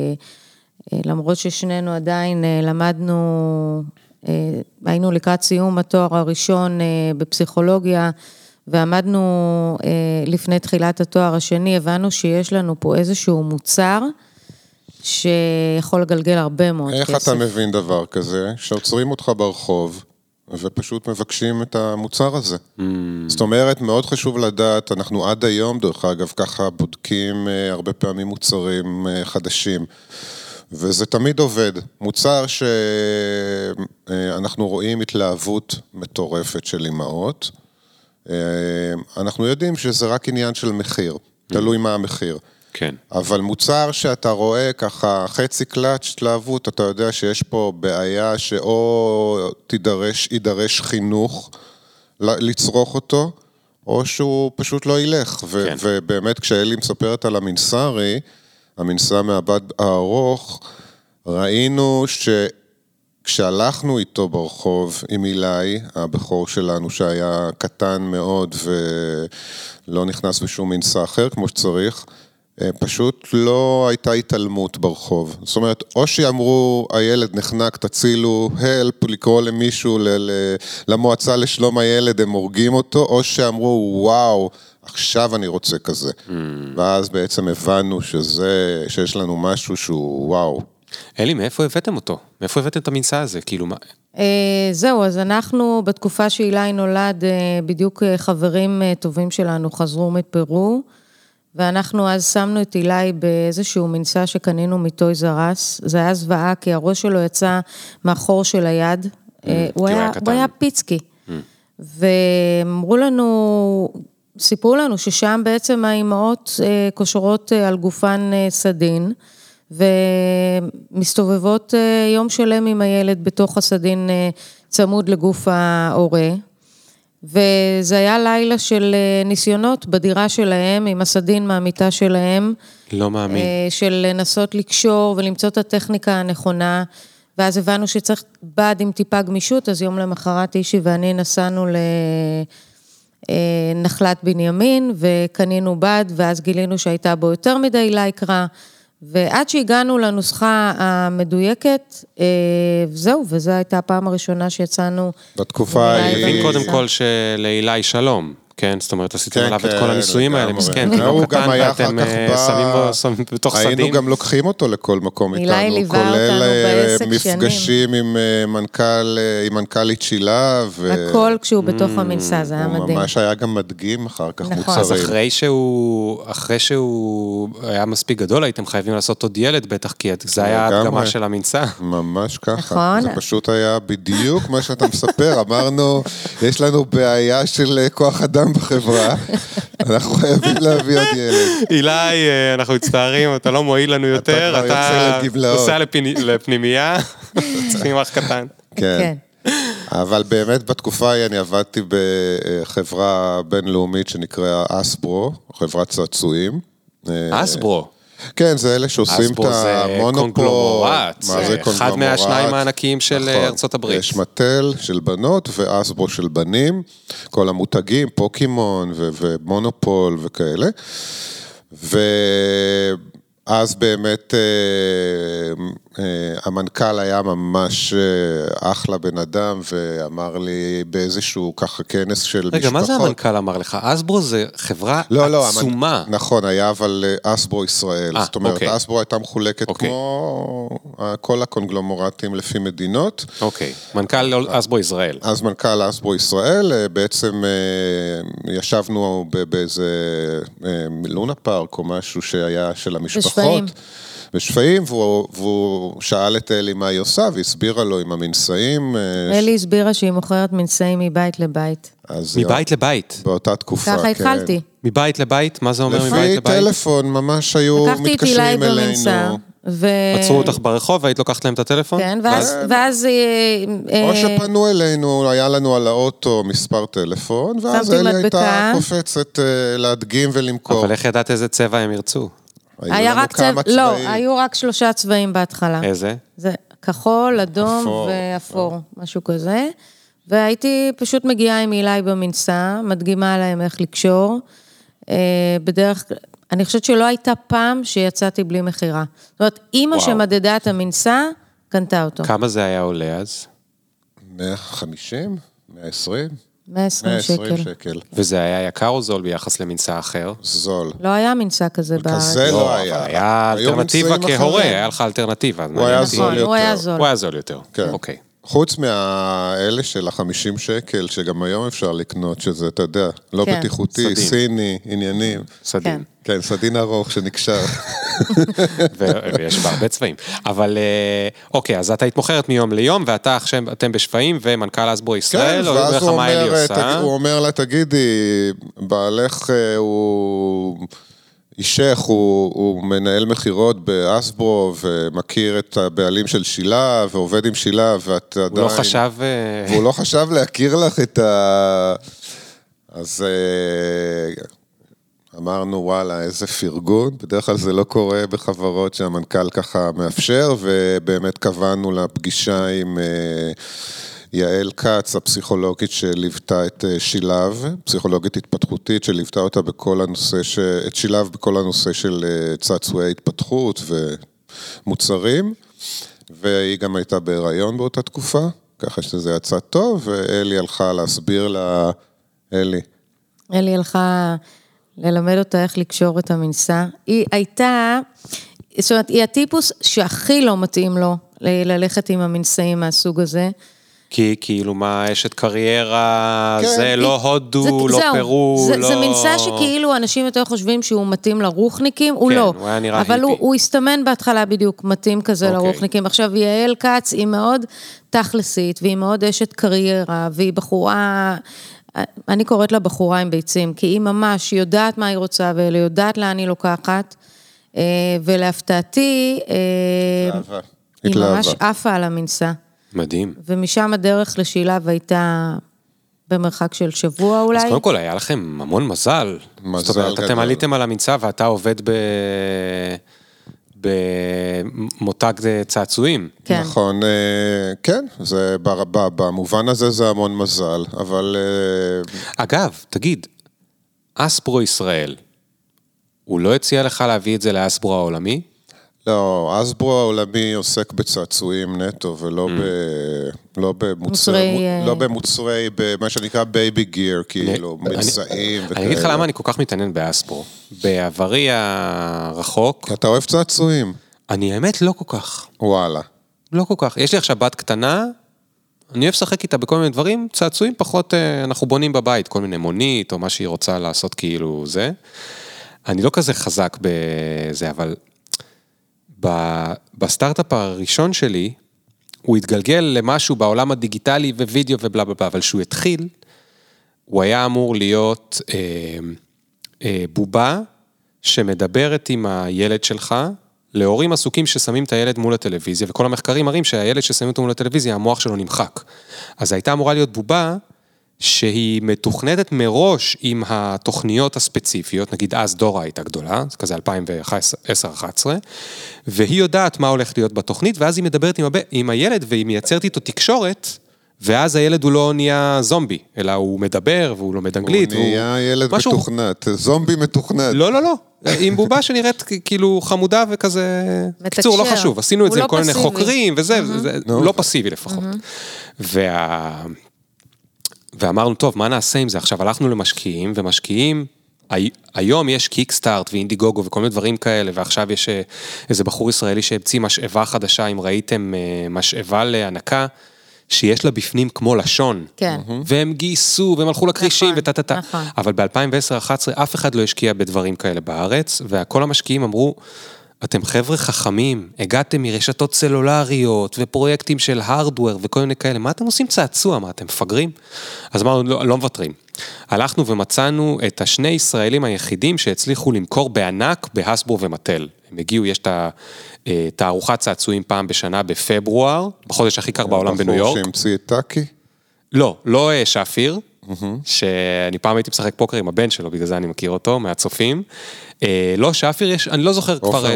למרות ששנינו עדיין למדנו, היינו לקראת סיום התואר הראשון בפסיכולוגיה, ועמדנו לפני תחילת התואר השני, הבנו שיש לנו פה איזשהו מוצר, שיכול לגלגל הרבה מאוד איך כסף. איך אתה מבין דבר כזה, שעוצרים אותך ברחוב, ופשוט מבקשים את המוצר הזה. Mm. זאת אומרת, מאוד חשוב לדעת, אנחנו עד היום, דרך אגב, ככה בודקים הרבה פעמים מוצרים חדשים, וזה תמיד עובד. מוצר שאנחנו רואים התלהבות מטורפת של אמהות, אנחנו יודעים שזה רק עניין של מחיר, תלוי מה המחיר. כן. אבל מוצר שאתה רואה ככה חצי קלאץ' התלהבות, אתה יודע שיש פה בעיה שאו תידרש, יידרש חינוך לצרוך אותו, או שהוא פשוט לא ילך. ו- כן. ובאמת כשאלי מספרת על המנסרי, המנסה מהבד הארוך, ראינו שכשהלכנו איתו ברחוב עם אילי, הבכור שלנו שהיה קטן מאוד ולא נכנס בשום מנסה אחר כמו שצריך, פשוט לא הייתה התעלמות ברחוב. זאת אומרת, או שאמרו, הילד נחנק, תצילו, help, לקרוא למישהו, למועצה לשלום הילד, הם הורגים אותו, או שאמרו, וואו, עכשיו אני רוצה כזה. Mm. ואז בעצם הבנו שזה, שיש לנו משהו שהוא וואו. אלי, מאיפה הבאתם אותו? מאיפה הבאתם את המנסה הזה? כאילו מה? זהו, אז אנחנו בתקופה שאילי נולד, בדיוק חברים טובים שלנו חזרו מפרו, ואנחנו אז שמנו את אילי באיזשהו מנסה שקנינו מטויז אר אס, זה היה זוועה, כי הראש שלו יצא מהחור של היד, mm, הוא, היה, הוא היה פיצקי, mm. ואמרו לנו, סיפרו לנו ששם בעצם האימהות קושרות על גופן סדין, ומסתובבות יום שלם עם הילד בתוך הסדין צמוד לגוף ההורה, וזה היה לילה של ניסיונות בדירה שלהם, עם הסדין מהמיטה שלהם. לא מאמין. של לנסות לקשור ולמצוא את הטכניקה הנכונה, ואז הבנו שצריך בד עם טיפה גמישות, אז יום למחרת אישי ואני נסענו לנחלת בנימין, וקנינו בד, ואז גילינו שהייתה בו יותר מדי לייקרה, ועד שהגענו לנוסחה המדויקת, זהו, וזו הייתה הפעם הראשונה שיצאנו. בתקופה אני מבין קודם כל שלאילי שלום, כן, זאת אומרת, עשיתם כן, עליו את כן, כל הניסויים האלה, לגמרי. מסכן, והוא תינוק גם קטן, היה ואתם אחר כך אה, בא- שמים בו, שמים בתוך היינו סדים. גם לוקחים אותו לכל מקום אילי איתנו, ליווה אותנו כולל אה, בעסק מפגשים עם אה, מנכ"ל, אה, עם מנכ"לית שילה, ו- הכל כשהוא בתוך המנסה, זה היה הוא מדהים. ממש היה גם מדגים אחר כך נכון. אז מוצרים. אחרי שהוא, אחרי שהוא היה מספיק גדול, הייתם חייבים לעשות עוד ילד בטח, כי זה היה לגמרי. ההדגמה של המנסה. ממש ככה. נכון. זה פשוט היה בדיוק מה שאתה מספר. אמרנו, יש לנו בעיה של כוח אדם בחברה, אנחנו חייבים להביא עוד ילד. אילי, אנחנו מצטערים, אתה לא מועיל לנו יותר, כבר יוצא לגמלאות. נוסע לפני- לפנימייה, צריכים אח קטן. כן. כן. אבל באמת בתקופה ההיא אני עבדתי בחברה בינלאומית שנקראה אסברו, חברת צעצועים. אסברו. כן, זה אלה שעושים את אסברו זה המונופול. קונגלומורט, מה זה זה קונגלומורט? אחד מהשניים הענקיים של נכון. ארצות הברית. יש מטל של בנות ואסברו של בנים, כל המותגים, פוקימון ו- ומונופול וכאלה. ואז באמת אה, אה, המנכ"ל היה ממש אה, אחלה בן אדם, ואמר לי באיזשהו ככה כנס של משפחות. רגע, מה זה המנכ"ל אמר לך? אסברו זה חברה לא, לא, עצומה. המנ... נכון, היה אבל אסברו ישראל. 아, זאת אומרת, אוקיי. אסברו הייתה מחולקת אוקיי. כמו כל הקונגלומורטים לפי מדינות. אוקיי, מנכ"ל אסברו ישראל. אז מנכ"ל אסברו ישראל, בעצם ישבנו באיזה לונה פארק או משהו שהיה של המשפחות. בשפיים. בשפיים, והוא, והוא שאל את אלי מה היא עושה, והסבירה לו עם המנסאים. אלי הסבירה שהיא מוכרת מנסאים מבית לבית. אז מבית לבית. באותה תקופה, ככה כן. התחלתי. מבית לבית? מה זה אומר מבית לפי לבית? טלפון, ממש היו לקחתי את אילי מתקשרים במנסה. אלינו. ו... עצרו אותך ברחוב והיית לוקחת להם את הטלפון? כן, ואז... ואז אה, או שפנו אלינו, היה לנו על האוטו מספר טלפון, ואז שמתי אלי הייתה מדבקה. קופצת אה, להדגים ולמכור. אבל איך ידעת איזה צבע הם ירצו? היו היה לנו רק צבע... כמה לא, צבעים. היו רק שלושה צבעים בהתחלה. איזה? זה כחול, אדום אפור. ואפור, משהו כזה. והייתי פשוט מגיעה עם אילי במנסה, מדגימה להם איך לקשור. אה, בדרך כלל, אני חושבת שלא הייתה פעם שיצאתי בלי מחירה. זאת אומרת, אימא וואו. שמדדה את המנסה, קנתה אותו. כמה זה היה עולה אז? מאה וחמישים? מאה ועשרים? מאה ועשרים מאה ועשרים שקל. שקל. וזה היה יקר או זול ביחס למנסה אחר? זול. לא היה מנסה כזה בארץ. כזה לא, לא אבל היה. היה היו אלטרנטיבה ממצאים כהורה, אחרים. היה לך אלטרנטיבה. אז הוא היה מעניין אותי. זול נכון, הוא היה יותר. זול. הוא היה זול יותר. כן. אוקיי. חוץ מהאלה של החמישים שקל, שגם היום אפשר לקנות, שזה, אתה יודע, לא כן. בטיחותי, סדין. סיני, עניינים. סדין. כן, סדין ארוך שנקשר. ו- ויש בה הרבה צבעים. אבל אה, אוקיי, אז אתה היית מוכרת מיום ליום, ואתה עכשיו, אתם בשפעים, ומנכ"ל אסברו כן, ישראל, או ואז לך הוא מה אלי אומר, עושה? תגיד- הוא אומר לה, תגידי, בעלך אה, הוא אישך, הוא, הוא מנהל מחירות באסברו, ומכיר את הבעלים של שילה, ועובד עם שילה, ואת עדיין... הוא לא חשב... אה, והוא לא חשב להכיר לך את ה... אז אה, אמרנו, וואלה, איזה פרגון. בדרך כלל זה לא קורה בחברות שהמנכ"ל ככה מאפשר, ובאמת קבענו לה פגישה עם אה, יעל קץ, הפסיכולוגית שליוותה את אה, שילב, פסיכולוגית התפתחותית שליוותה אותה בכל הנושא, ש... את שילב בכל הנושא של אה, צעצועי התפתחות ומוצרים, והיא גם הייתה בהיריון באותה תקופה, ככה שזה יצא טוב, ואלי הלכה להסביר לה, אלי. אלי הלכה ללמד אותה איך לקשור את המנסה. היא הייתה, זאת אומרת, היא הטיפוס שהכי לא מתאים לו ל- ללכת עם המנסאים מהסוג הזה. כי כאילו מה, אשת קריירה, כן, זה היא- לא הודו, זה- לא זהו, פרו, זה, לא... זה מנסה שכאילו אנשים יותר חושבים שהוא מתאים לרוחניקים, הוא כן, לא. הוא היה נראה אבל הוא, היפי. הוא הסתמן בהתחלה בדיוק, מתאים כזה אוקיי. לרוחניקים. עכשיו, יעל כץ היא מאוד תכלסית, והיא מאוד אשת קריירה, והיא בחורה... אני קוראת לה בחורה עם ביצים, כי היא ממש יודעת מה היא רוצה, ויודעת לאן היא לוקחת, אה, ולהפתעתי, אה, התלהבה. היא התלהבה. ממש עפה על המנסה, מדהים. ומשם הדרך לשילב הייתה במרחק של שבוע אולי. אז קודם כל, היה לכם המון מזל. מזל זאת אומרת, גדול. אתם עליתם על המנסה ואתה עובד ב... במותג צעצועים. כן. נכון, אה, כן, זה, ב- ב- במובן הזה זה המון מזל, אבל אה, אגב, תגיד, אסברו ישראל, הוא לא הציע לך להביא את זה לאסברו העולמי? לא, אסברו העולמי עוסק בצעצועים נטו, ולא ב... לא במוצרי... לא במוצרי, מה שנקרא בייבי גיר, כאילו, מצעים וכאלה. אני אגיד לך למה אני כל כך מתעניין באסברו. בעברי הרחוק... כי אתה אוהב צעצועים. אני האמת לא כל כך. וואלה. לא כל כך. יש לי עכשיו בת קטנה, אני אוהב לשחק איתה בכל מיני דברים, צעצועים פחות אנחנו בונים בבית, כל מיני מונית, או מה שהיא רוצה לעשות כאילו זה. אני לא כזה חזק בזה, אבל בסטארט-אפ הראשון שלי, הוא התגלגל למשהו בעולם הדיגיטלי ווידאו ובלה בלה, אבל שהוא התחיל, הוא היה אמור להיות אה, אה, בובה שמדברת עם הילד שלך, להורים עסוקים ששמים את הילד מול הטלוויזיה, וכל המחקרים מראים שהילד ששמים אותו מול הטלוויזיה, המוח שלו נמחק. אז הייתה אמורה להיות בובה, שהיא מתוכנתת מראש עם התוכניות הספציפיות, נגיד אז דורה הייתה גדולה, זה כזה אלפיים ועשר אחת עשרה, והיא יודעת מה הולך להיות בתוכנית, ואז היא מדברת עם, הב... עם הילד, והיא מייצרת איתו תקשורת, ואז הילד הוא לא נהיה זומבי, אלא הוא מדבר, והוא לומד אנגלית. הוא נהיה והוא... ילד משהו... מתוכנת, זומבי מתוכנת. לא, לא, לא. עם בובה שנראית כאילו חמודה וכזה... קצור, לא חשוב. עשינו את זה עם כל מיני חוקרים, וזה, הוא לא פסיבי לפחות. וה... ואמרנו, טוב, מה נעשה עם זה? עכשיו הלכנו למשקיעים, ומשקיעים, היום יש קיקסטארט ואינדיגוגו וכל מיני דברים כאלה, ועכשיו יש איזה בחור ישראלי שהמציא משאבה חדשה, אם ראיתם משאבה להנקה, שיש לה בפנים כמו לשון. כן. והם גייסו, והם הלכו לקרישים, נכון, וטטטה. נכון. אבל ב-אלפיים ועשר אחת עשרה אף אחד לא השקיע בדברים כאלה בארץ, וכל המשקיעים אמרו, אתם חבר'ה חכמים, הגעתם מרשתות סלולריות, ופרויקטים של הרדוור, וכל מיני כאלה, מה אתם עושים צעצוע? מה, אתם מפגרים? אז אמרנו, לא, לא מוותרים. הלכנו ומצאנו את השני ישראלים היחידים שהצליחו למכור בענק בהסברו ומטל. הם הגיעו, יש את תערוכת צעצועים פעם בשנה בפברואר, בחודש הכי קר בעולם בניו יורק. בחור שהמציא את טאקי? לא, לא שפיר, שאני פעם הייתי משחק פוקר עם הבן שלו, בגלל זה אני מכיר אותו, מהצופים. לא שפיר, יש, אני לא זוכר כבר את...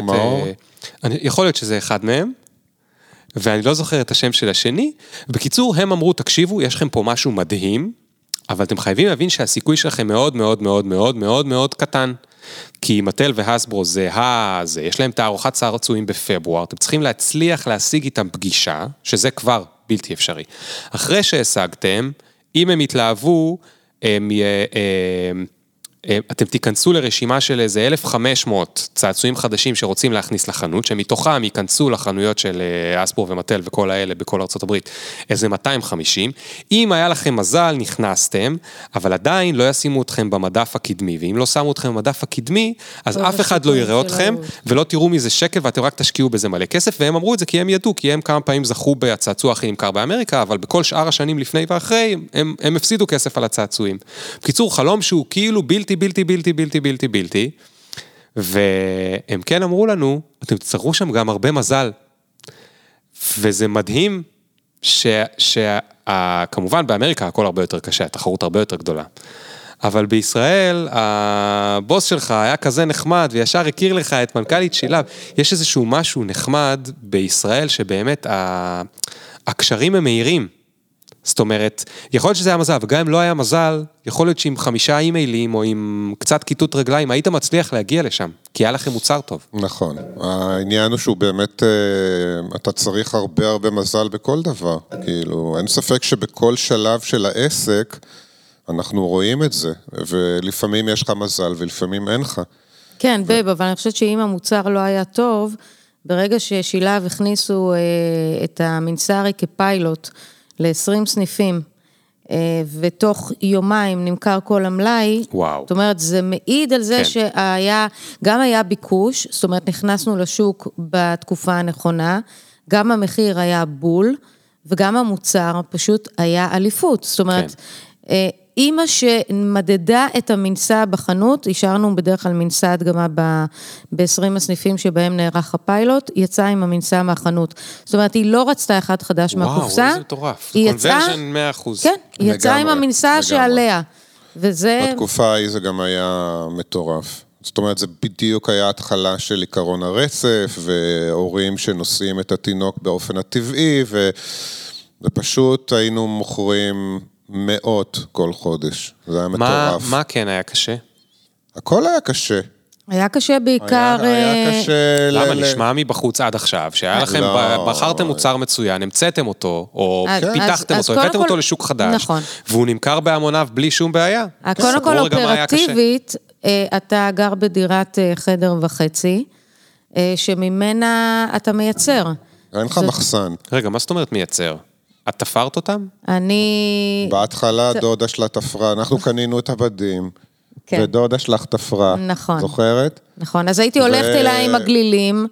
יכול להיות שזה אחד מהם, ואני לא זוכר את השם של השני. בקיצור, הם אמרו, תקשיבו, יש לכם פה משהו מדהים, אבל אתם חייבים להבין שהסיכוי שלכם מאוד מאוד מאוד מאוד מאוד מאוד קטן. כי מטל והסברו זה הזה, יש להם תערוכת צעצועים בפברואר, אתם צריכים להצליח להשיג איתם פגישה, שזה כבר בלתי אפשרי. אחרי שהשגתם, אם הם יתלהבו, הם, הם, אתם תיכנסו לרשימה של איזה אלף וחמש מאות צעצועים חדשים שרוצים להכניס לחנות, שמתוכם ייכנסו לחנויות של אסברו ומטל וכל האלה בכל ארצות הברית, איזה מאתיים וחמישים. אם היה לכם מזל, נכנסתם, אבל עדיין לא ישימו אתכם במדף הקדמי, ואם לא שמו אתכם במדף הקדמי, אז אף אחד לא יראה אתכם, ולא תראו מזה שקל, ואתם רק תשקיעו בזה מלא כסף, והם אמרו את זה כי הם ידעו, כי הם כמה פעמים זכו בהצעצוע הכי נמכר באמריקה, אבל בכל שאר השנים לפני ואחרי, הם, הם הפסידו כסף על הצעצועים. בקיצור, חלום שהוא כאילו בלתי בלתי, בלתי, בלתי, בלתי, בלתי, והם כן אמרו לנו, אתם תצטרכו שם גם הרבה מזל, וזה מדהים, שכמובן באמריקה הכל הרבה יותר קשה, התחרות הרבה יותר גדולה, אבל בישראל, הבוס שלך היה כזה נחמד, וישר הכיר לך את מנכ"לית שילב, יש איזשהו משהו נחמד בישראל, שבאמת הקשרים הם מהירים, זאת אומרת, יכול להיות שזה היה מזל, וגם אם לא היה מזל, יכול להיות שעם חמישה אימיילים, או עם קצת כיתות רגליים, היית מצליח להגיע לשם, כי היה לכם מוצר טוב. נכון. העניין הוא שהוא באמת, אתה צריך הרבה הרבה מזל בכל דבר. כאילו, אין ספק שבכל שלב של העסק, אנחנו רואים את זה, ולפעמים יש לך מזל, ולפעמים אין לך. כן, בייב, אבל אני חושבת שאם המוצר לא היה טוב, ברגע ששילב הכניסו את המנסרי כפיילוט, ל-עשרים סניפים, ותוך יומיים נמכר כל המלאי, וואו. זאת אומרת, זה מעיד על זה כן. שהיה, גם היה ביקוש, זאת אומרת, נכנסנו לשוק בתקופה הנכונה, גם המחיר היה בול, וגם המוצר פשוט היה אליפות, זאת אומרת, כן. אימא שמדדה את המנסה בחנות, השארנו בדרך כלל מנסה הדגמה ב-עשרים הסניפים שבהם נערך הפיילוט, יצאה עם המנסה מהחנות. זאת אומרת, היא לא רצתה אחד חדש מהקופסה. וואו, איזה מטורף. זה קונברז'ן מאה אחוז. כן, היא יצאה עם המנסה שעליה. וזה... בתקופה ההיא זה גם היה מטורף. זאת אומרת, זה בדיוק היה התחלה של עיקרון הרצף, והורים שנושאים את התינוק באופן הטבעי, ו... ופשוט היינו מוכרים... מאות כל חודש, זה היה מטורף. מה, מה כן היה קשה? הכל היה קשה. היה קשה בעיקר... היה, היה קשה... למה? ל... נשמע מבחוץ עד עכשיו, שהיה לכם, לא. בחרתם מוצר מצוין, המצאתם אותו, או אז- פיתחתם אז- אותו, אז הבאתם קודם אותו כל- לשוק חדש, נכון. והוא נמכר בהמוניו בלי שום בעיה. קודם כל, ספרו רגע מה היה קשה. אופרטיבית, אה, אתה גר בדירת אה, חדר וחצי, אה, שממנה אתה מייצר. אין לך מחסן. רגע, מה זאת אומרת מייצר? את תפרת אותם? אני... בהתחלה דודה שלה תפרה, אנחנו קנינו את הבדים, כן. ודודה שלך תפרה. נכון. זוכרת? נכון, אז הייתי הולכת אליה עם הגלילים,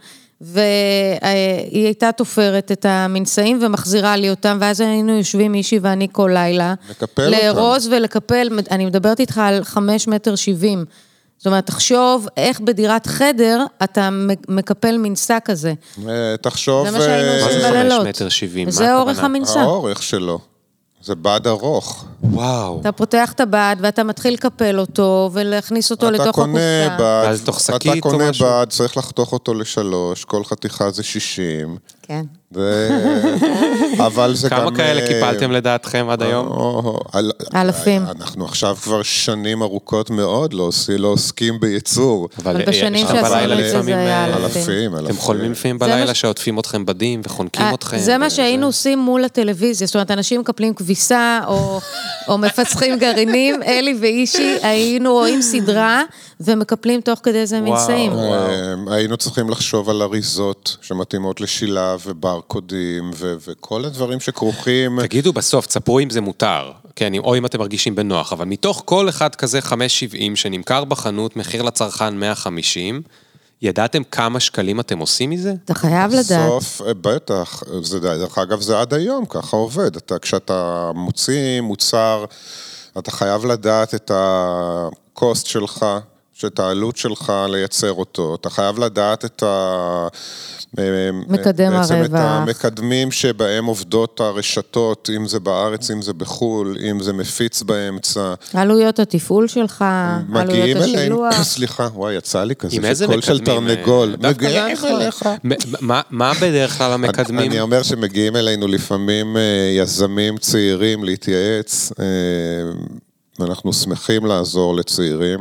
והיא הייתה תופרת את המנסאים ומחזירה לי אותם, ואז היינו יושבים מישהי ואני כל לילה. לקפל לארוז ולקפל, אני מדברת איתך על חמש מטר שבעים. זאת אומרת, תחשוב איך בדירת חדר אתה מקפל מנסה כזה. אה, תחשוב... זה מה שהיינו אה, מה עושים זה בלילות. חמש מטר שבעים? מה זה אורך הכוונה? המנסה. האורך שלו. זה בד ארוך. וואו. אתה פותח את הבד ואתה מתחיל לקפל אותו ולהכניס אותו אתה לתוך קונה הקופסה. בד, ואז תוך שקית אתה או קונה משהו? בד, צריך לחתוך אותו לשלוש, כל חתיכה זה שישים. כן. ו... אבל זה גם... כמה כאלה קיפלתם לדעתכם עד היום? או, על... אלפים. אנחנו עכשיו כבר שנים ארוכות מאוד לא, עושים, לא עוסקים בייצור. אבל בשנים יש לכם שעשינו בלילה את זה, לפעמים, זה היה אה, אלפים. אלפים, אלפים. אתם חולמים לפעמים זה מה בלילה ש- שעוטפים אתכם בדים וחונקים אתכם. זה מה וזה- שהיינו עושים מול הטלוויזיה, זאת אומרת, אנשים מקפלים כביסה, או, או מפצחים גרעינים, אלי ואישי, היינו רואים סדרה, ומקפלים תוך כדי זה מנסאים. אה, היינו צריכים לחשוב על אריזות שמתאימות לשילב וברקודים ו- וכל הדברים שכרוכים. תגידו בסוף, תספרו אם זה מותר, כן, או אם אתם מרגישים בנוח, אבל מתוך כל אחד כזה חמש שבעים שנמכר בחנות, מחיר לצרכן מאה וחמישים, ידעתם כמה שקלים אתם עושים מזה? אתה חייב לדעת. בסוף, בטח, זה, דרך אגב זה עד היום, ככה עובד. אתה, כשאתה מוציא מוצר, אתה חייב לדעת את הקוסט שלך, את העלות שלך לייצר אותו. אתה חייב לדעת את ה... מקדם בעצם הרווח. את המקדמים שבהם עובדות הרשתות, אם זה בארץ, אם זה בחול, אם זה מפיץ באמצע. עלויות התפעול שלך, מגיעים עלויות אלינו, השילוח. סליחה, וואי, יצא לי כזה, עם איזה שקול של מקדמים? תרנגול. דווקא זה מגיעים נחמד. אליך. מ- מה- מה בדרך כלל המקדמים? אני אומר שמגיעים אלינו לפעמים אה, יזמים צעירים להתייעץ, אה, ואנחנו שמחים לעזור לצעירים,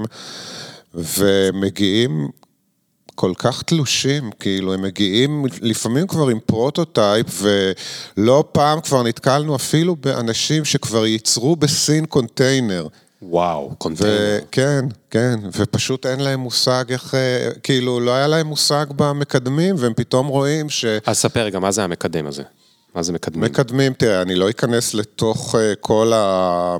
ומגיעים כל כך תלושים, כאילו הם מגיעים לפעמים כבר עם פרוטוטייפ, ולא פעם כבר נתקלנו אפילו באנשים שכבר ייצרו בסין קונטיינר. וואו, קונטיינר. כן, כן, ופשוט אין להם מושג איך, כאילו לא היה להם מושג במקדמים, והם פתאום רואים ש... אז ספר רגע, מה זה המקדם הזה? מה זה מקדמים? מקדמים, תראה, אני לא אכנס לתוך כל ה...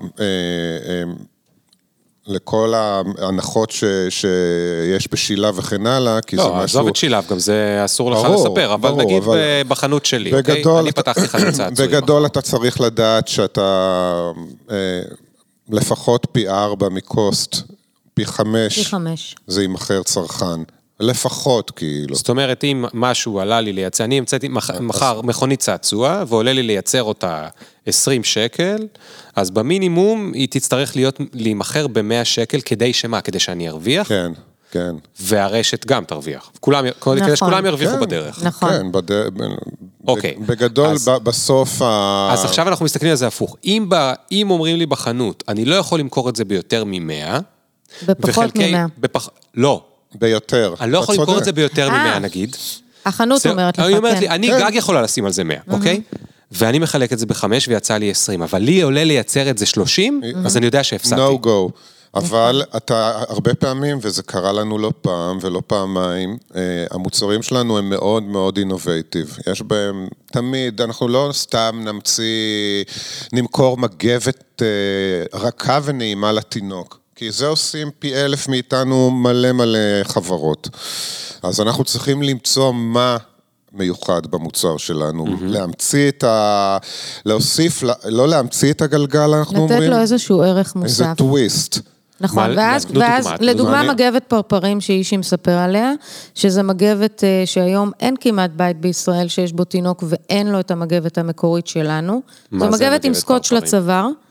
לכל ההנחות ש, שיש בשילה וכן הלאה, כי זה משהו... לא, עזוב את שילב, גם זה אסור לך ברור, לספר, אבל ברור, נגיד אבל... בחנות שלי, בגדול, אוקיי? אני פתחתי חנות צעצועים. בגדול אתה צריך לדעת שאתה אה, לפחות פי ארבע מקוסט, פי חמש, פי חמש. זה ימחר צרכן. לפחות, כאילו. זאת אומרת, אם משהו עלה לי לייצר, אני המצאתי מחר מכונית צעצוע, ועולה לי לייצר אותה עשרים שקל, אז במינימום היא תצטרך להיות, להימחר ב-מאה שקל, כדי שמה? כדי שאני ארוויח? כן, כן. והרשת גם תרוויח. כולם, כדי שכולם ירוויחו כן, בדרך. נכון. כן, בדרך. אוקיי. בגדול, אז- ב- בסוף ה... אז עכשיו אנחנו מסתכלים על זה הפוך. אם, ב, אם אומרים לי בחנות, אני לא יכול למכור את זה ביותר מ-מאה, בפחות ממאה. בפח, לא, ביותר. אני לא יכול אתה למכור את צודק. זה ביותר אה. ממאה נגיד. החנות זה- אומרת לך, היא אומרת כן. לי, אני כן. גג יכולה לשים על זה מאה, אוקיי? ואני מחלק את זה בחמש ויצא לי עשרים, אבל לי עולה לייצר את זה שלושים, אז אני יודע שהפסדתי. no go. אבל אתה, הרבה פעמים, וזה קרה לנו לא פעם ולא פעמיים, אה, המוצרים שלנו הם מאוד מאוד אינובייטיב. יש בהם תמיד, אנחנו לא סתם נמציא, נמכור מגבת אה, רכה ונעימה לתינוק. כי זה עושים פי אלף מאיתנו מלא מלא חברות. אז אנחנו צריכים למצוא מה מיוחד במוצר שלנו, להמציא את ה... להוסיף, לא להמציא את הגלגל, אנחנו אומרים... לתת לו איזשהו ערך איזה מוסף. טוויסט. נכון, מה- ואז, תנו ואז דוגמה, תנו לדוגמה דוגמה. מגבת פרפרים שאישי מספר עליה, שזה מגבת אה, שהיום אין כמעט בית בישראל שיש בו תינוק ואין לו את המגבת המקורית שלנו. מה זו זה מגבת עם מגבת סקוץ' פרפרים? לצוואר,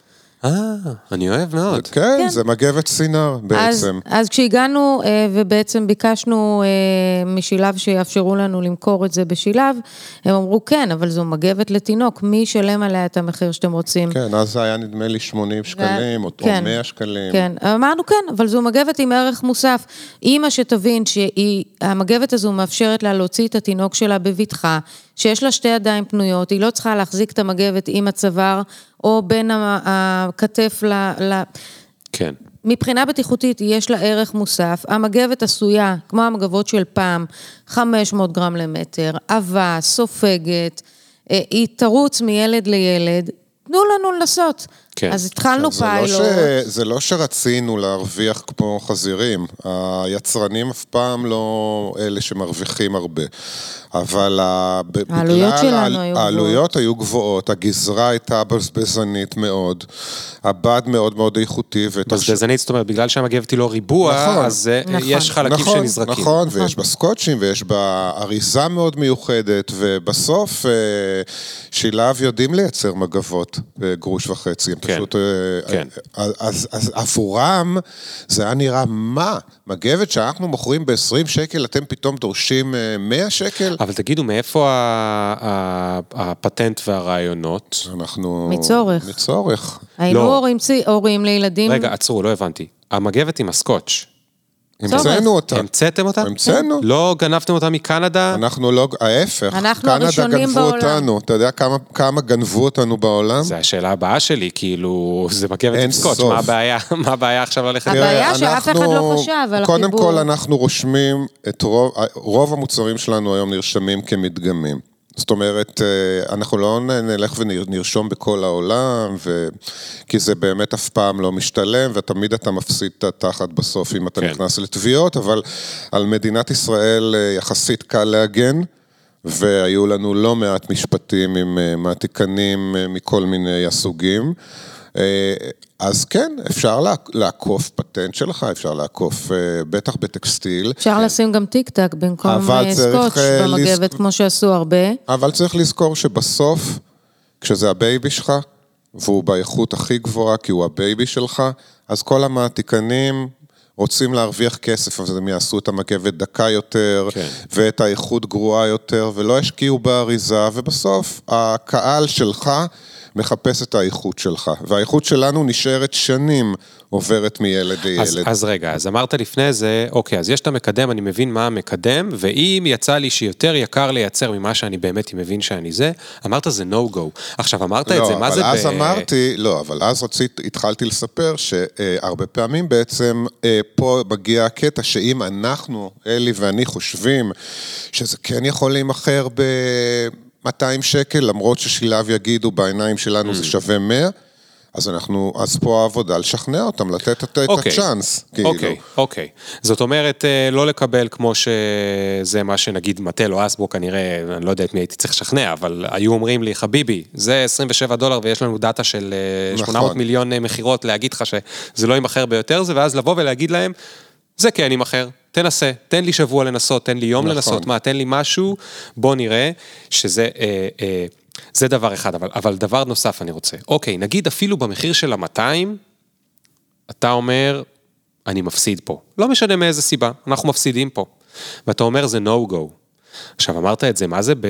אה, אני אוהב מאוד. כן, כן. זה מגבת סינר בעצם. אז, אז כשהגענו אה, ובעצם ביקשנו אה, משילב שיאפשרו לנו למכור את זה בשילב, הם אמרו כן, אבל זו מגבת לתינוק, מי ישלם עליה את המחיר שאתם רוצים? כן, אז זה היה נדמה לי שמונים שקלים, או כן, מאה שקלים. כן, אמרנו כן, אבל זו מגבת עם ערך מוסף. אמא שתבין שהמגבת הזו מאפשרת לה להוציא את התינוק שלה בבטחה, שיש לה שתי ידיים פנויות, היא לא צריכה להחזיק את המגבת עם הצוואר, או בין הכתף ל... ל... כן. מבחינה בטיחותית יש לה ערך מוסף, המגבת עשויה, כמו המגבות של פעם, חמש מאות גרם למטר, עבה, סופגת, היא תרוץ מילד לילד, תנו לנו לנסות. כן. אז התחלנו זה פיילוט. לא ש... זה לא שרצינו להרוויח כמו חזירים, היצרנים אף פעם לא אלה שמרוויחים הרבה, אבל העלויות שלנו היו העלויות היו גבוהות, הגזרה הייתה בזבזנית מאוד, הבד מאוד מאוד איכותי. בזבזנית, זאת אומרת, בגלל שהמגבת היא לא ריבוע, נכון. אז נכון. יש חלקים נכון, שנזרקים. נכון, ויש בה סקוטשים, ויש בה אריזה מאוד מיוחדת, ובסוף שילב יודעים לייצר מגבות בגרוש וחצי, הם כן, פשוט... כן. אז, אז, אז עבורם זה היה נראה מה? מגבת שאנחנו מוכרים ב-עשרים שקל, אתם פתאום דורשים מאה שקל? אבל תגידו, מאיפה הפטנט והרעיונות? אנחנו... מצורך. מצורך. היינו לא. הורים, הורים לילדים... רגע, עצרו, לא הבנתי. המגבת עם הסקוץ'. המצאנו אותה. המצאתם אותה? המצאנו. לא גנבתם אותה מקנדה? אנחנו לא, ההפך. אנחנו הראשונים גנבו בעולם. אותנו. אתה יודע כמה, כמה גנבו אותנו בעולם? זה השאלה הבאה שלי, כאילו, זה מגבת אין עם סקוץ', סוף. מה הבעיה? מה הבעיה עכשיו ללכת? הבעיה תראה, שאף אחד לא חשב על קודם החיבור. כל אנחנו רושמים את רוב, רוב המוצרים שלנו היום נרשמים כמדגמים. זאת אומרת, אנחנו לא נלך ונרשום בכל העולם, ו... כי זה באמת אף פעם לא משתלם, ותמיד אתה מפסיד את התחת בסוף אם אתה כן. נכנס לתביעות, אבל על מדינת ישראל יחסית קל להגן, והיו לנו לא מעט משפטים עם מעתיקנים מכל מיני הסוגים. אז כן, אפשר לעקוף פטנט שלך, אפשר לעקוף בטח בטקסטיל. אפשר לשים גם טיק טק במקום סקוץ' במגבת, כמו שעשו הרבה. אבל צריך לזכור שבסוף, כשזה הבייבי שלך, והוא באיכות הכי גבוהה, כי הוא הבייבי שלך, אז כל המעתיקנים רוצים להרוויח כסף, אז הם יעשו את המגבת דקה יותר, כן. ואת האיכות גרועה יותר, ולא ישקיעו באריזה, ובסוף הקהל שלך מחפש את האיכות שלך, והאיכות שלנו נשארת שנים, עוברת מילד לילד. אז, אז רגע, אז אמרת לפני זה, אוקיי, אז יש את המקדם, אני מבין מה המקדם, ואם יצא לי שיותר יקר לייצר ממה שאני באמת מבין שאני זה, אמרת זה no go. עכשיו, אמרת לא, את זה, מה זה ב... לא, אבל אז אמרתי, לא, אבל אז רצית, התחלתי לספר שהרבה פעמים בעצם פה מגיע הקטע שאם אנחנו, אלי ואני חושבים שזה כן יכול להימחר ב... מאתיים שקל, למרות ששילב יגידו בעיניים שלנו זה שווה מאה, אז אנחנו, אז פה העבודה לשכנע אותם, לתת את הצ'אנס, כאילו. אוקיי, אוקיי. זאת אומרת, לא לקבל כמו שזה מה שנגיד מטל או אסבו, כנראה, אני לא יודע את מי הייתי צריך לשכנע, אבל היו אומרים לי, חביבי, זה עשרים ושבעה דולר ויש לנו דאטה של שמונה מאות מיליון מחירות להגיד לך שזה לא יימחר ביותר זה, ואז לבוא ולהגיד להם, זה כן יימחר. תנסה, תן לי שבוע לנסות, תן לי יום נכון. לנסות, מה, תן לי משהו, בוא נראה שזה, אה, אה, זה דבר אחד, אבל, אבל דבר נוסף אני רוצה. אוקיי, נגיד אפילו במחיר של ה-מאתיים, אתה אומר, אני מפסיד פה. לא משנה מאיזה סיבה, אנחנו מפסידים פה. ואתה אומר, זה no go. עכשיו, אמרת את זה, מה זה ב...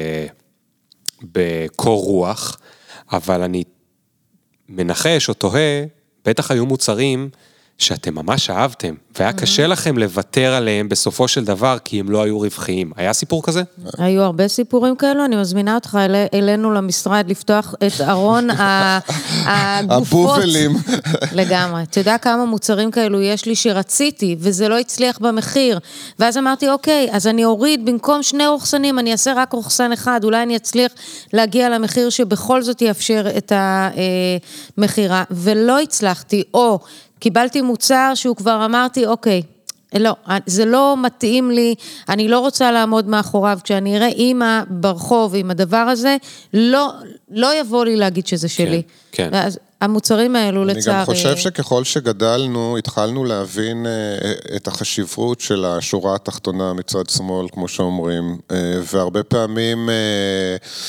בקור רוח, אבל אני מנחש או תוהה, בטח היו מוצרים שאתם ממש אהבתם, והיה קשה לכם לוותר עליהם בסופו של דבר, כי הם לא היו רווחיים. היה סיפור כזה? היו הרבה סיפורים כאלו, אני מזמינה אותך אלינו למשרד לפתוח את ארון הגופות. הבובלים. לגמרי. אתה יודע כמה מוצרים כאלו יש לי שרציתי, וזה לא הצליח במחיר. ואז אמרתי, אוקיי, אז אני אוריד במקום שני רוחסנים, אני אעשה רק רוחסן אחד, אולי אני אצליח להגיע למחיר שבכל זאת יאפשר את המחירה, ולא הצלחתי, או קיבלתי מוצר שהוא כבר אמרתי, אוקיי, לא, זה לא מתאים לי, אני לא רוצה לעמוד מאחוריו, כשאני אראה אימא ברחוב עם הדבר הזה, לא, לא יבוא לי להגיד שזה שלי. כן. אז המוצרים האלו לצערי... אני גם חושב שככל שגדלנו, התחלנו להבין את החשיבות של השורה התחתונה מצד שמאל, כמו שאומרים, והרבה פעמים...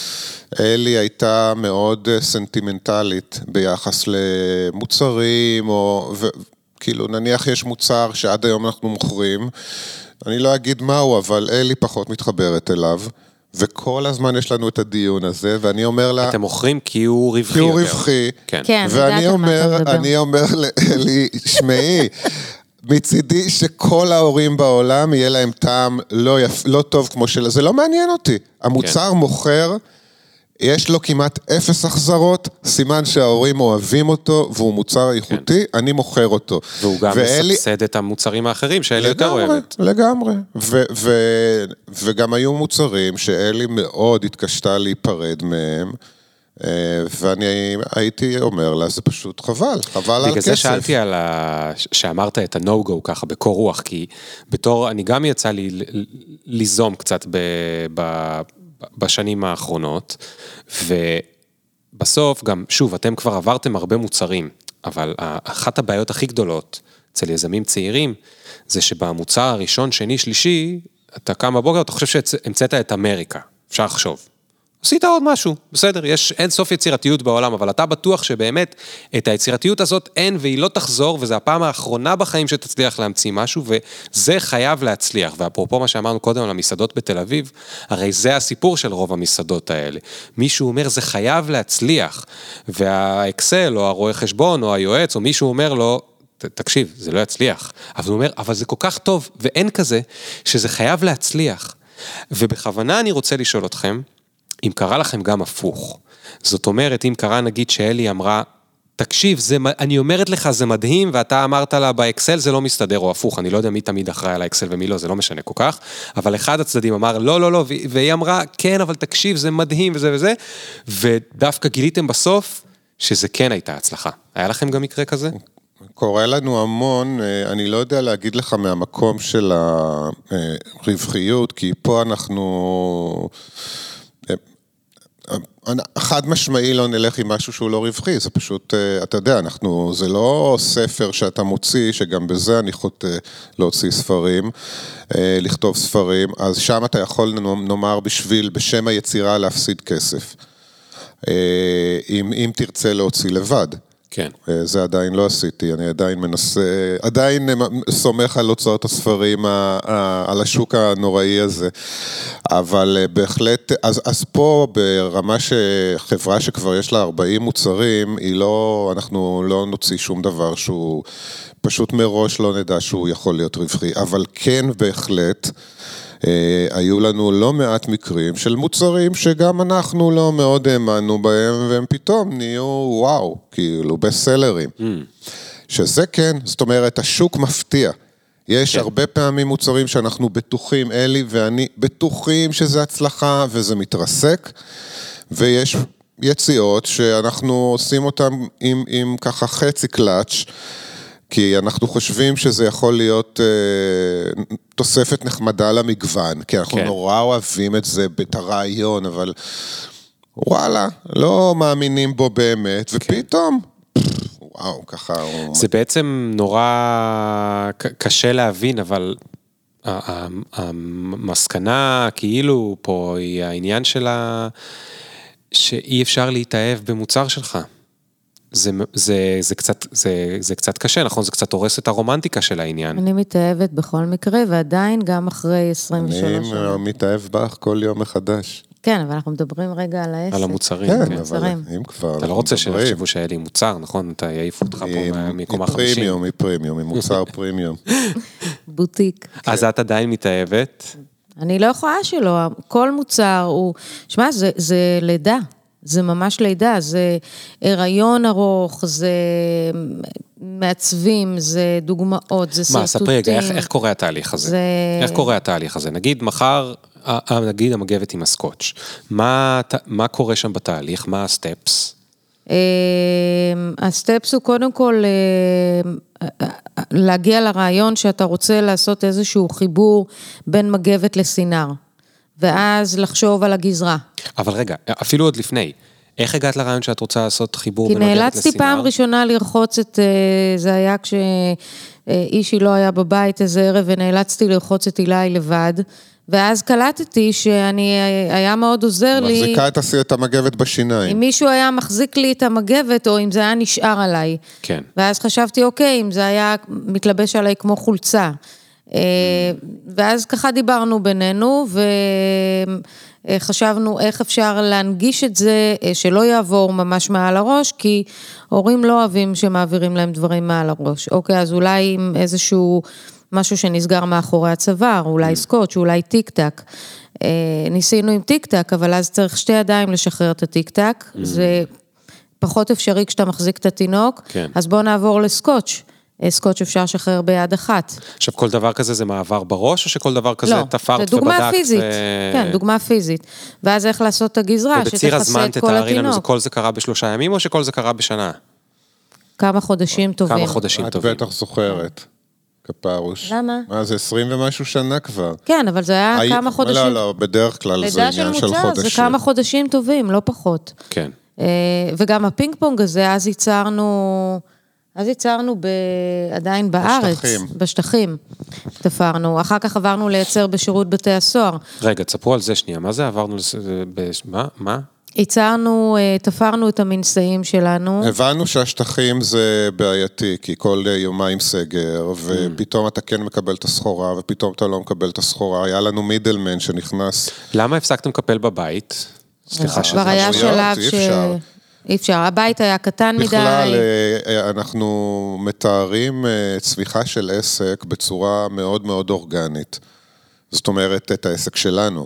אלי הייתה מאוד סנטימנטלית ביחס למוצרים, או, ו, כאילו נניח יש מוצר שעד היום אנחנו מוכרים, אני לא אגיד מהו, אבל אלי פחות מתחברת אליו, וכל הזמן יש לנו את הדיון הזה, ואני אומר לה... אתם מוכרים כי הוא רווחי כי הוא יותר. רווחי. כן. כן, ואני יודעת על מה אתה אומר, מדבר. אני אומר לאלי, שמעי, מצידי שכל ההורים בעולם יהיה להם טעם לא, יפ, לא טוב כמו של... זה לא מעניין אותי. המוצר מוכר, יש לו כמעט אפס החזרות, סימן שההורים אוהבים אותו, והוא מוצר איכותי, אני מוכר אותו. והוא גם ואלי... מסבסד את המוצרים האחרים שאלי יותר אוהבת. לגמרי, ו- ו- וגם היו מוצרים שאלי מאוד התקשתה להיפרד מהם, ואני הייתי אומר לה, זה פשוט חבל, חבל על כסף. בגלל זה שאלתי על ה... שאמרת את ה-no-go ככה, בקור רוח, כי בתור, אני גם יצא לי ליזום קצת ב... ב... בשנים האחרונות, ובסוף גם, שוב, אתם כבר עברתם הרבה מוצרים, אבל אחת הבעיות הכי גדולות אצל יזמים צעירים, זה שבמוצר הראשון, שני, שלישי, אתה קם בבוקר, אתה חושב שהמצאת את אמריקה, אפשר לחשוב. עשית עוד משהו, בסדר, יש אין סוף יצירתיות בעולם, אבל אתה בטוח שבאמת את היצירתיות הזאת אין והיא לא תחזור, וזו הפעם האחרונה בחיים שתצליח להמציא משהו, וזה חייב להצליח. ואפרופו מה שאמרנו קודם על המסעדות בתל אביב, הרי זה הסיפור של רוב המסעדות האלה. מישהו אומר, זה חייב להצליח, והאקסל או הרואה חשבון או היועץ, או מישהו אומר לו, תקשיב, זה לא יצליח. אבל הוא אומר, אבל זה כל כך טוב, ואין כזה, שזה חייב להצליח. ובכוונה אני רוצה לשאול אתכם, אם קרה לכם גם הפוך. זאת אומרת, אם קרה נגיד שאלי אמרה, תקשיב, זה, אני אומרת לך, זה מדהים, ואתה אמרת לה, באקסל זה לא מסתדר, או הפוך, אני לא יודע מי תמיד אחראי על האקסל ומי לא, זה לא משנה כל כך, אבל אחד הצדדים אמר, לא, לא, לא, והיא אמרה, כן, אבל תקשיב, זה מדהים, וזה וזה, ודווקא גיליתם בסוף, שזה כן הייתה הצלחה. היה לכם גם מקרה כזה? קורה לנו המון, אני לא יודע להגיד לך מהמקום של הרווחיות, כי פה אנחנו... חד משמעי לא נלך עם משהו שהוא לא רווחי, זה פשוט, אתה יודע, אנחנו, זה לא ספר שאתה מוציא, שגם בזה אני חוטא להוציא ספרים, לכתוב ספרים, אז שם אתה יכול נאמר בשביל, בשם היצירה להפסיד כסף, אם, אם תרצה להוציא לבד. כן. זה עדיין לא עשיתי, אני עדיין מנסה, עדיין סומך על הוצאות הספרים, על השוק הנוראי הזה, אבל בהחלט, אז, אז פה ברמה שחברה שכבר יש לה ארבעים מוצרים, היא לא, אנחנו לא נוציא שום דבר שהוא, פשוט מראש לא נדע שהוא יכול להיות רווחי, אבל כן בהחלט, היו לנו לא מעט מקרים של מוצרים שגם אנחנו לא מאוד האמנו בהם, והם פתאום נהיו וואו, כאילו בסלרים. Mm. שזה כן, זאת אומרת, השוק מפתיע. יש כן. הרבה פעמים מוצרים שאנחנו בטוחים, אלי ואני, בטוחים שזה הצלחה וזה מתרסק, ויש יציאות שאנחנו עושים אותם עם, עם ככה חצי קלאץ', כי אנחנו חושבים שזה יכול להיות אה, תוספת נחמדה למגוון, כי אנחנו כן. נורא אוהבים את זה את הרעיון, אבל וואלה, לא מאמינים בו באמת, ופתאום, כן. וואו, ככה... זה בעצם נורא קשה להבין, אבל המסקנה כאילו פה היא העניין שלה, שאי אפשר להתאהב במוצר שלך. זה, זה, זה קצת, זה, זה קצת קשה, נכון? זה קצת הורס את הרומנטיקה של העניין. אני מתאהבת בכל מקרה, ועדיין גם אחרי עשרים ושלוש שנה. אני מתאהב בך כל יום מחדש. כן, אבל אנחנו מדברים רגע על העסק. על המוצרים. כן, כן. אבל אם כבר... אתה לא רוצה שיחשבו שהיה לי מוצר, נכון? אתה יעיף אותך פה מקומה חמישים. היא פרימיום, היא פרימיום, היא מוצר פרימיום. בוטיק. אז את עדיין מתאהבת? אני לא יכולה שלא, כל מוצר הוא... שמע, זה, זה לידה. זה ממש לידה, זה הריון ארוך, זה מעצבים, זה דוגמאות, זה סרטוטים. מה, ספרי רגע, איך, איך קורה התהליך הזה? זה... איך קורה התהליך הזה? נגיד מחר, נגיד המגבת עם הסקוץ', מה, מה קורה שם בתהליך? מה הסטפס? הסטפס הוא קודם כל להגיע לרעיון שאתה רוצה לעשות איזשהו חיבור בין מגבת לסינר. ואז לחשוב על הגזרה. אבל רגע, אפילו עוד לפני, איך הגעת לרעיון שאת רוצה לעשות חיבור בין מגבת לסינר? כי נאלצתי פעם ראשונה לרחוץ את, זה היה כשאישי לא היה בבית איזה ערב, ונאלצתי לרחוץ את אילי לבד, ואז קלטתי שאני, היה מאוד עוזר לי... מחזיקה את, את המגבת בשיניים. אם מישהו היה מחזיק לי את המגבת, או אם זה היה נשאר עליי. כן. ואז חשבתי, אוקיי, אם זה היה מתלבש עליי כמו חולצה. ואז ככה דיברנו בינינו, וחשבנו איך אפשר להנגיש את זה, שלא יעבור ממש מעל הראש, כי הורים לא אוהבים שמעבירים להם דברים מעל הראש. אוקיי, אז אולי עם איזשהו משהו שנסגר מאחורי הצוואר, אולי סקוץ', אולי טיק טק. ניסינו עם טיק טק, אבל אז צריך שתי ידיים לשחרר את הטיק טק, זה פחות אפשרי כשאתה מחזיק את התינוק, אז בואו נעבור לסקוץ'. סקוץ' אפשר לשחרר ביד אחת. עכשיו, כל דבר כזה זה מעבר בראש, או שכל דבר כזה לא, תפרת ובדקת? לא, זה דוגמה פיזית. ו... כן, דוגמה פיזית. ואז איך לעשות את הגזרה, שתכסה את כל התינוק. ובציר הזמן תתארי לנו, כל זה קרה בשלושה ימים, או שכל זה קרה בשנה? כמה חודשים טובים. כמה חודשים טובים. את בטח זוכרת. כפרוש. למה? מה, זה עשרים ומשהו שנה כבר. כן, אבל זה היה הי... כמה חודשים. לא, לא, בדרך כלל זה עניין של, של חודשים. זה כמה חודשים טובים, לא פחות. כן. וגם הפינג פונג הזה, אז ייצרנו... אז ייצרנו ב... עדיין בארץ. בשטחים. בשטחים. תפרנו. אחר כך עברנו לייצר בשירות בתי הסוהר. רגע, תספרו על זה שנייה. מה זה עברנו? בש... מה? מה? ייצרנו, תפרנו את המנסאים שלנו. הבנו שהשטחים זה בעייתי, כי כל יומיים סגר, ופתאום אתה כן מקבל את הסחורה, ופתאום אתה לא מקבל את הסחורה. היה לנו מידלמן שנכנס... למה הפסקתם לקפל בבית? סליחה שזה... כבר היה שלב ש... אי אפשר, הבית היה קטן מדי. בכלל, אנחנו מתארים צמיחה של עסק בצורה מאוד מאוד אורגנית. זאת אומרת, את העסק שלנו.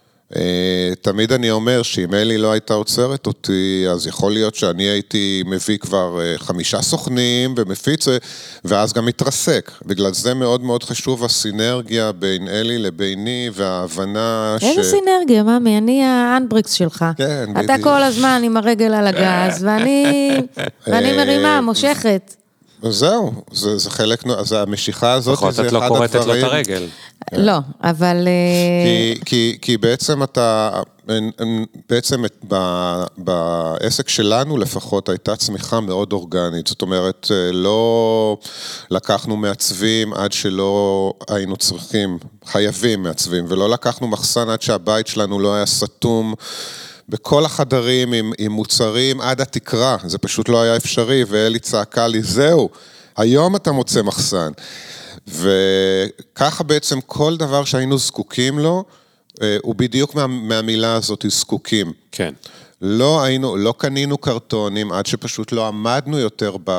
תמיד אני אומר שאם אלי לא הייתה עוצרת אותי, אז יכול להיות שאני הייתי מביא כבר חמישה סוכנים ומפיץ, ואז גם מתרסק. בגלל זה מאוד מאוד חשוב הסינרגיה בין אלי לביני, וההבנה ש... איזה סינרגיה, ממי? אני האנבריקס שלך. כן, בדיוק. אתה כל הזמן עם הרגל על הגז, ואני, ואני מרימה, מושכת. זהו, זה, זה חלק, אז המשיכה הזאת זה אחד הדברים. את לא קורטת לו את הרגל. לא, אבל... כי, כי, כי בעצם אתה, בעצם בעסק שלנו לפחות הייתה צמיחה מאוד אורגנית, זאת אומרת, לא לקחנו מעצבים עד שלא היינו צריכים, חייבים מעצבים, ולא לקחנו מחסן עד שהבית שלנו לא היה סתום, בכל החדרים עם, עם מוצרים עד התקרה, זה פשוט לא היה אפשרי, ואלי צעקה לי, זהו, היום אתה מוצא מחסן. וככה בעצם כל דבר שהיינו זקוקים לו, הוא בדיוק מה, מהמילה הזאת, זקוקים. כן. לא היינו, לא קנינו קרטונים, עד שפשוט לא עמדנו יותר ב,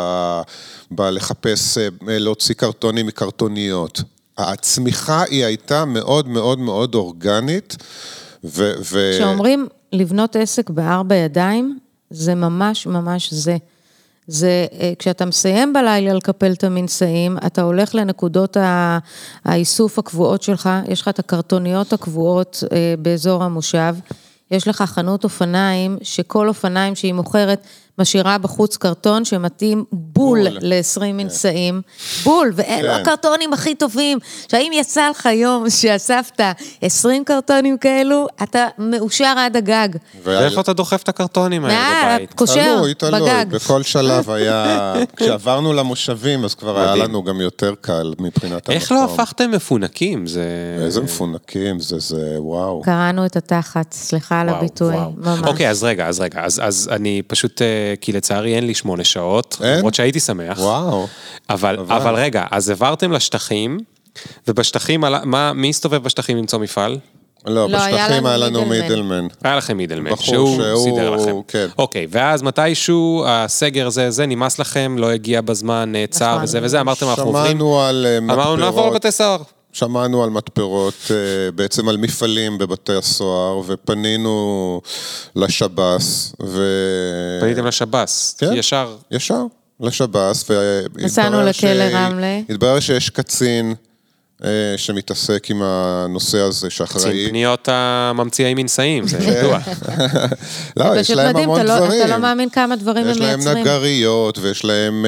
בלחפש, להוציא קרטונים מקרטוניות. הצמיחה היא הייתה מאוד מאוד מאוד אורגנית, ו... ו... כשאומרים לבנות עסק בארבע ידיים, זה ממש ממש זה. זה, כשאתה מסיים בלילה לקפל את המנסאים, אתה הולך לנקודות האיסוף הקבועות שלך, יש לך את הקרטוניות הקבועות באזור המושב, יש לך חנות אופניים, שכל אופניים שהיא מוכרת, משאירה בחוץ קרטון שמתאים בול ל-עשרים מנסאים, בול, ואלו הקרטונים הכי טובים, שהאם יצא לך יום שאספת עשרים קרטונים כאלו, אתה מאושר עד הגג. ואיפה אתה דוחף את הקרטונים האלה בבית? קושר בגג. בכל שלב היה, כשעברנו למושבים, אז כבר היה לנו גם יותר קל מבחינת המקום. איך לא הפכתם מפונקים? איזה מפונקים, זה וואו. קראנו את התחת, סליחה על הביטוי, ממש. אוקיי, אז רגע, אז רגע, אז אני פשוט... כי לצערי אין לי שמונה שעות, למרות שהייתי שמח. וואו. אבל, אבל רגע, אז עברתם לשטחים, ובשטחים, מה, מי הסתובב בשטחים למצוא מפעל? לא, בשטחים היה לנו מידלמן. היה לכם מידלמן, שהוא סידר לכם. אוקיי, ואז מתישהו הסגר הזה, זה נמאס לכם, לא הגיע בזמן, נעצר וזה וזה, אמרתם אנחנו עוברים. שמענו על מתפרות. אמרנו נעבור לבתי סוהר. שמענו על מתפרות, בעצם על מפעלים בבתי הסוהר, ופנינו לשב"ס. פניתם לשב"ס? כן, ישר? ישר, לשב"ס. נסענו לכלא רמלה. התברר שיש קצין שמתעסק עם הנושא הזה, שאחראי... קצין פניות הממציאי מנסאים, זה ידוע. לא, יש להם המון דברים. אתה לא מאמין כמה דברים הם מייצרים. יש להם נגריות, ויש להם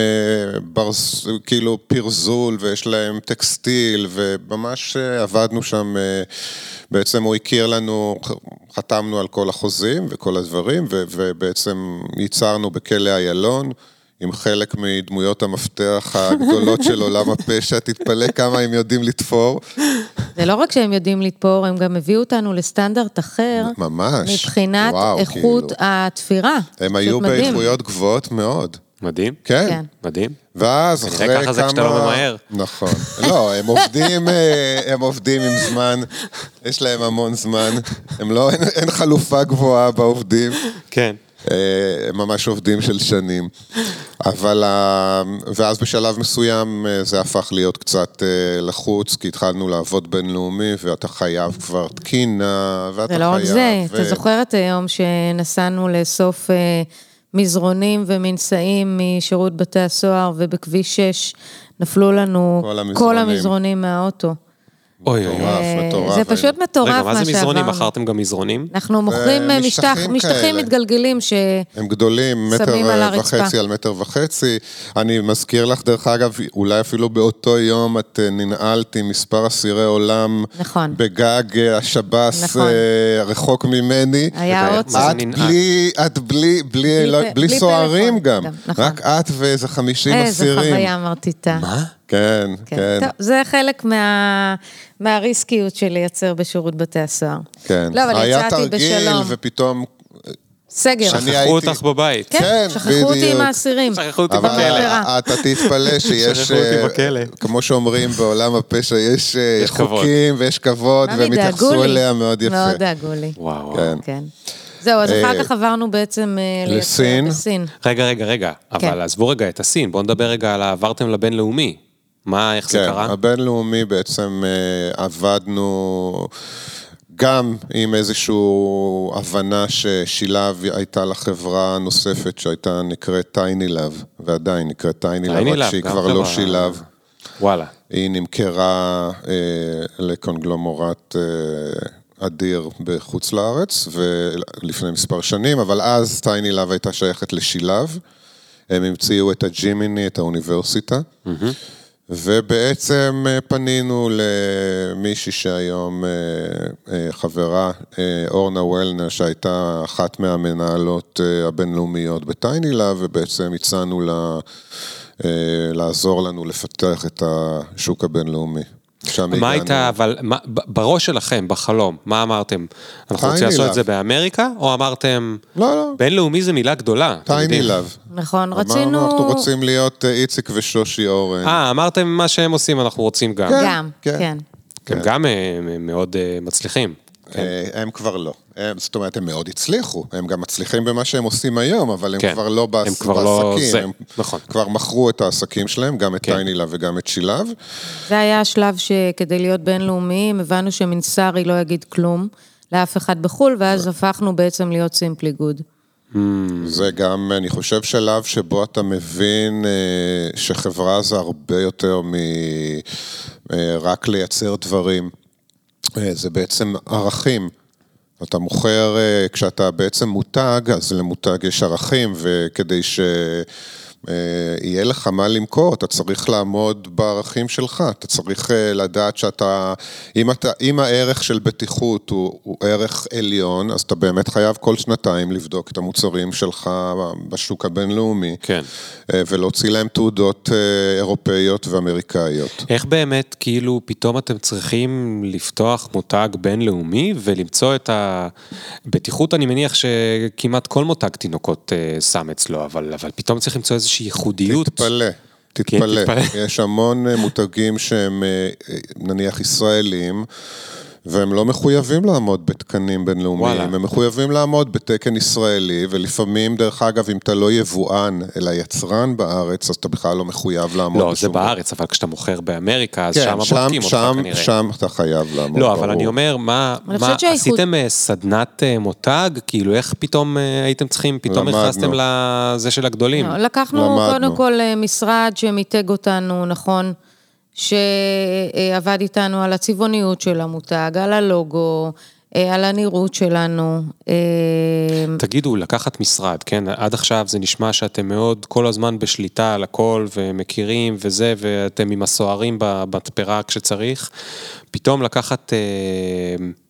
כאילו פרזול, ויש להם טקסטיל, וממש עבדנו שם, בעצם הוא הכיר לנו, חתמנו על כל החוזים וכל הדברים, ובעצם ייצרנו בכלא איילון, עם חלק מדמויות המפתח הגדולות של עולם הפשע, תתפלא כמה הם יודעים לתפור. זה לא רק שהם יודעים לתפור, הם גם הביאו אותנו לסטנדרט אחר. ממש. מבחינת וואו, איכות כאילו. התפירה. הם היו באיכויות גבוהות מאוד. מדהים. כן. כן. מדהים. ואז אחרי כמה... ככה זה כשאתה לא ממהר. נכון. לא, הם עובדים, הם עובדים עם זמן, יש להם המון זמן, הם לא, אין, אין חלופה גבוהה בעובדים. כן. הם ממש עובדים של שנים. אבל, ואז בשלב מסוים זה הפך להיות קצת לחוץ, כי התחלנו לעבוד בינלאומי, ואתה חייב כבר תקינה, ואתה חייב... זה לא רק זה, אתה זוכר את היום שנסענו לאסוף מזרונים ומנסאים משירות בתי הסוהר, ובכביש שש נפלו לנו כל המזרונים מהאוטו. אוי, אוי, מטורף. זה פשוט מטורף מה שעברנו. רגע, מה זה מזרונים? מכרתם גם מזרונים? אנחנו מוכרים משטחים מתגלגלים ש... הם גדולים, מטר וחצי על מטר וחצי. אני מזכיר לך, דרך אגב, אולי אפילו באותו יום את ננעלת עם מספר אסירי עולם. נכון. בגג השב"ס רחוק ממני. היה עוד את בלי, את בלי, בלי סוערים גם. רק את ואיזה חמישים אסירים. איזה חוויה מרטיטה. מה? כן, כן. טוב, זה חלק מה, מהריסקיות של לייצר בשירות בתי הסוהר. כן. לא, אבל היה יצאתי תרגיל בשלום. ופתאום... סגר. שכחו הייתי... אותך בבית. כן, שכחו אותי בדיוק. עם האסירים. שכחו אותי אבל בכלא. אתה תתפלא שיש, שכחו אותי בכלא. כמו שאומרים בעולם הפשע, יש, יש חוקים כבוד. ויש כבוד, והם התייחסו אליה מאוד יפה. מאוד דאגו לי. וואו. כן. כן. זהו, אז אחר כך עברנו בעצם לסין. לסין. רגע, רגע, רגע. אבל עזבו רגע את הסין. בואו נדבר רגע על העברתם לבינלאומי. מה, איך זה כן, קרה? הבינלאומי בעצם אה, עבדנו גם עם איזושהי הבנה ששילב הייתה לחברה נוספת שהייתה נקראת טייני לב, ועדיין נקראת טייני לב, רק שהיא כבר לא שילב. וואלה. היא נמכרה אה, לקונגלומורט אה, אדיר בחוץ לארץ, ולפני מספר שנים, אבל אז טייני לב הייתה שייכת לשילב, הם המציאו את הג'ימיני, את האוניברסיטה, ובעצם פנינו למישהי שהיום חברה, אורנה וולנר, שהייתה אחת מהמנהלות הבינלאומיות בטייני לב, ובעצם הצענו לה לעזור לנו לפתח את השוק הבינלאומי. מה הייתה, אבל בראש שלכם, בחלום, מה אמרתם? אנחנו רוצים לעשות את זה באמריקה, או אמרתם, לא, לא. בינלאומי זה מילה גדולה. טייני לב. נכון, רצינו... אמרנו, אנחנו רוצים להיות איציק ושושי אורן. אה, אמרתם מה שהם עושים, אנחנו רוצים גם. גם, כן. הם גם מאוד מצליחים. הם כבר לא. זאת אומרת, הם מאוד הצליחו. הם גם מצליחים במה שהם עושים היום, אבל הם כבר לא בעסקים. הם כבר מכרו את העסקים שלהם, גם את טייני לב וגם את שילב. זה היה השלב שכדי להיות בינלאומיים, הבנו שמנסרי לא יגיד כלום לאף אחד בחול, ואז הפכנו בעצם להיות סימפלי גוד. זה גם, אני חושב, שלב שבו אתה מבין שחברה זה הרבה יותר מרק לייצר דברים. זה בעצם ערכים. אתה מוכר, כשאתה בעצם מותג, אז למותג יש ערכים, וכדי שיהיה לך מה למכור, אתה צריך לעמוד בערכים שלך, אתה צריך לדעת שאתה, אם, אתה, אם הערך של בטיחות הוא, הוא ערך עליון, אז אתה באמת חייב כל שנתיים לבדוק את המוצרים שלך בשוק הבינלאומי, כן. ולהוציא להם תעודות אירופאיות ואמריקאיות. איך באמת, כאילו, פתאום אתם צריכים לפתוח מותג בינלאומי, ולמצוא את הבטיחות, אני מניח שכמעט כל מותג תינוקות שם אצלו, אבל, אבל פתאום צריך למצוא איזושהי ייחודיות. תתפלא, תתפלא. יש המון מותגים שהם נניח ישראלים, והם לא מחויבים לעמוד בתקנים בינלאומיים, הם מחויבים לעמוד בתקן ישראלי, ולפעמים, דרך אגב, אם אתה לא יבואן, אלא יצרן בארץ, אז אתה בכלל לא מחויב לעמוד. לא, זה בארץ, אבל כשאתה מוכר באמריקה, אז שם בודקים אותך כנראה. שם אתה חייב לעמוד. לא, אבל אני אומר, מה, עשיתם סדנת מותג? כאילו, איך פתאום הייתם צריכים, פתאום הכנסתם לזה של הגדולים? לקחנו קודם כל משרד שמיתג אותנו, נכון? שעבד איתנו על הצבעוניות של המותג, על הלוגו, על הנראות שלנו. תגידו, לקחת משרד, כן? עד עכשיו זה נשמע שאתם מאוד כל הזמן בשליטה על הכל, ומכירים וזה, ואתם עם הסוערים בתפרה כשצריך. פתאום לקחת,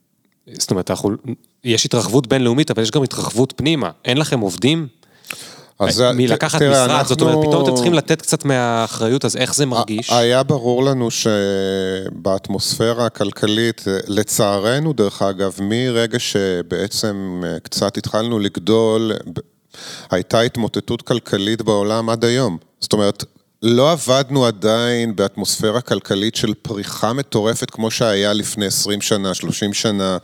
זאת אומרת, יש התרחבות בינלאומית, אבל יש גם התרחבות פנימה. אין לכם עובדים? מלקחת משרד, זאת אומרת, פתאום אתם צריכים לתת קצת מהאחריות, אז איך זה מרגיש? היה ברור לנו שבאטמוספירה הכלכלית, לצערנו דרך אגב, מרגע שבעצם קצת התחלנו לגדול, הייתה התמוטטות כלכלית בעולם עד היום. זאת אומרת, לא עבדנו עדיין באטמוספירה כלכלית של פריחה מטורפת, כמו שהיה לפני עשרים שנה, שלושים שנה,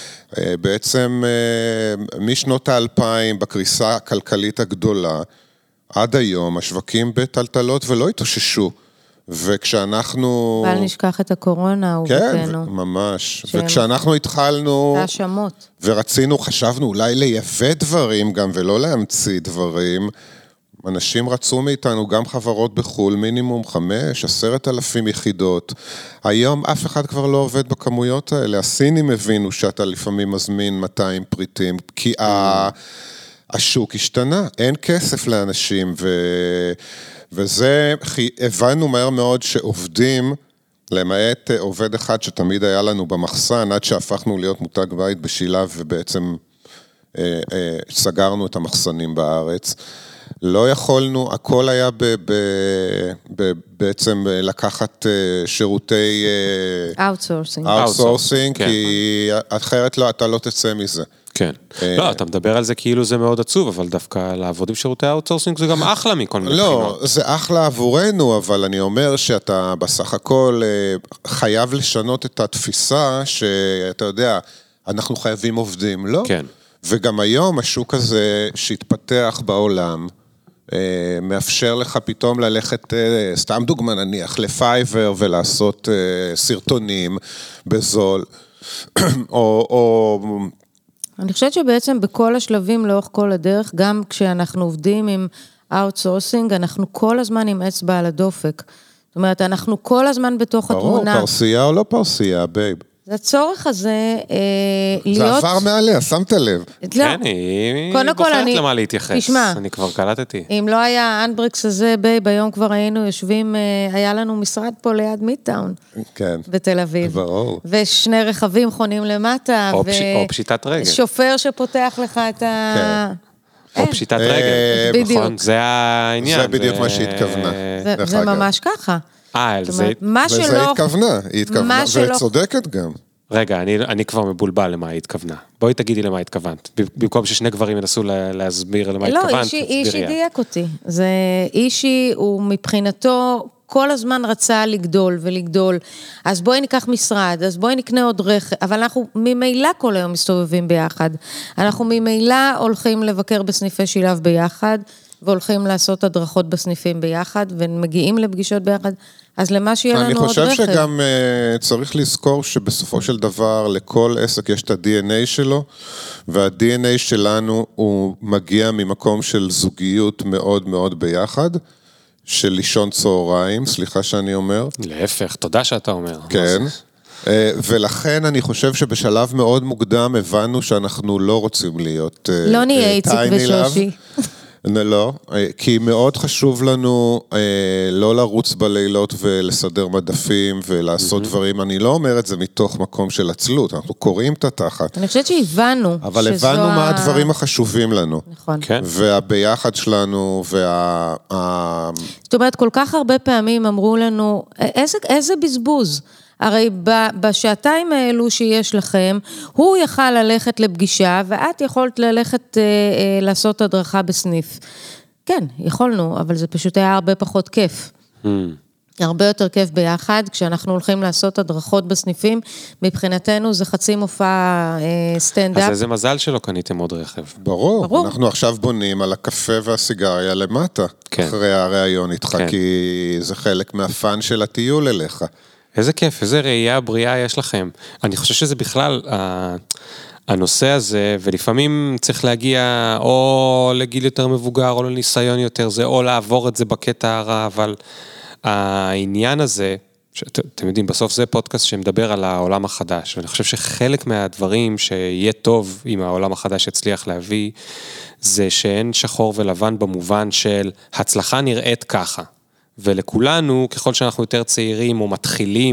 בעצם משנות האלפיים, בקריסה הכלכלית הגדולה, עד היום השווקים בטלטלות ולא התאוששו. וכשאנחנו... בל נשכח את הקורונה, אהובתנו. כן, ממש. וכשאנחנו התחלנו... האשמות. ורצינו, חשבנו אולי לייבא דברים גם ולא להמציא דברים, אנשים רצו מאיתנו גם חברות בחול, מינימום חמש, עשרת אלפים יחידות. היום אף אחד כבר לא עובד בכמויות האלה. הסינים הבינו שאתה לפעמים מזמין מאתיים פריטים, כי השוק השתנה, אין כסף לאנשים, ו... וזה, הבנו מהר מאוד שעובדים, למעט עובד אחד שתמיד היה לנו במחסן, עד שהפכנו להיות מותג בית בשילב, ובעצם אה, אה, סגרנו את המחסנים בארץ. לא יכולנו, הכל היה ב, ב, ב, בעצם לקחת שירותי... אאוטסורסינג. אאוטסורסינג, כי אחרת לא, אתה לא תצא מזה. כן. לא, אתה מדבר על זה כאילו זה מאוד עצוב, אבל דווקא לעבוד עם שירותי אאוטסורסינג זה גם אחלה מכל מיני בחינות. לא, זה אחלה עבורנו, אבל אני אומר שאתה בסך הכל חייב לשנות את התפיסה שאתה יודע, אנחנו חייבים עובדים, לא? כן. וגם היום השוק הזה שהתפתח בעולם, מאפשר לך פתאום ללכת, סתם דוגמה נניח, לפייבר ולעשות סרטונים בזול, או... או... אני חושבת שבעצם בכל השלבים לאורך כל הדרך, גם כשאנחנו עובדים עם אאוטסורסינג, אנחנו כל הזמן עם אצבע על הדופק. זאת אומרת, אנחנו כל הזמן בתוך התמונה. ברור, פרסייה או לא פרסייה, בייב. זה הצורך הזה להיות... זה עבר מעליה, שמת לב. כן, היא בוחרת למה להתייחס. תשמע, אני כבר קלטתי. אם לא היה האנדברקס הזה, בייב, היום כבר היינו יושבים, היה לנו משרד פה ליד מידטאון. כן. בתל אביב. ברור. ושני רכבים חונים למטה. או פשיטת רגל. שופר שפותח לך את ה... או פשיטת רגל. נכון, זה העניין. זה בדיוק מה שהתכוונה. זה ממש ככה. אה, זה... וזה התכוונה, היא התכוונה, וצודקת גם. רגע, אני, אני כבר מבולבל למה היא התכוונה. בואי תגידי למה התכוונת. במקום ששני גברים ינסו להסביר למה התכוונת. לא, אישי, אישי דייק אותי. זה אישי, הוא מבחינתו כל הזמן רצה לגדול ולגדול. אז בואי ניקח משרד, אז בואי נקנה עוד רכב. אבל אנחנו ממילא כל היום מסתובבים ביחד. אנחנו ממילא הולכים לבקר בסניפי שילב ביחד, והולכים לעשות הדרכות בסניפים ביחד, ומגיעים לפגישות ביחד, אז למה שיהיה לנו עוד רכב. אני חושב שגם uh, צריך לזכור שבסופו של דבר, לכל עסק יש את ה-די אן איי שלו, וה-די אן איי שלנו הוא מגיע ממקום של זוגיות מאוד מאוד ביחד, של לישון צהריים, סליחה שאני אומר. להפך, תודה שאתה אומר. כן. Uh, ולכן אני חושב שבשלב מאוד מוקדם הבנו שאנחנו לא רוצים להיות... Uh, לא נהיה איציק ושושי. לא, כי מאוד חשוב לנו לא לרוץ בלילות ולסדר מדפים ולעשות דברים, אני לא אומר את זה מתוך מקום של עצלות, אנחנו קוראים את התחת. אני חושבת שהבנו. אבל הבנו מה הדברים החשובים לנו. נכון. והביחד שלנו, וה... זאת אומרת, כל כך הרבה פעמים אמרו לנו, איזה בזבוז. הרי בשעתיים האלו שיש לכם, הוא יכל ללכת לפגישה, ואת יכולת ללכת אה, אה, לעשות הדרכה בסניף. כן, יכולנו, אבל זה פשוט היה הרבה פחות כיף. Mm. הרבה יותר כיף ביחד, כשאנחנו הולכים לעשות הדרכות בסניפים, מבחינתנו זה חצי מופע אה, סטנדאפ. אז איזה מזל שלא קניתם עוד רכב. ברור, ברור. אנחנו עכשיו בונים על הקפה והסיגריה למטה, כן. אחרי הרעיון איתך, כן. כי זה חלק מהפן של הטיול אליך. איזה כיף, איזה ראייה בריאה יש לכם. אני חושב שזה בכלל, הנושא הזה, ולפעמים צריך להגיע או לגיל יותר מבוגר, או לניסיון יותר, זה או לעבור את זה בקטע הרע, אבל העניין הזה, שאתם יודעים, בסוף זה פודקאסט שמדבר על העולם החדש, ואני חושב שחלק מהדברים שיהיה טוב אם העולם החדש יצליח להביא, זה שאין שחור ולבן במובן של הצלחה נראית ככה. ולכולנו, ככל שאנחנו יותר צעירים או מתחילים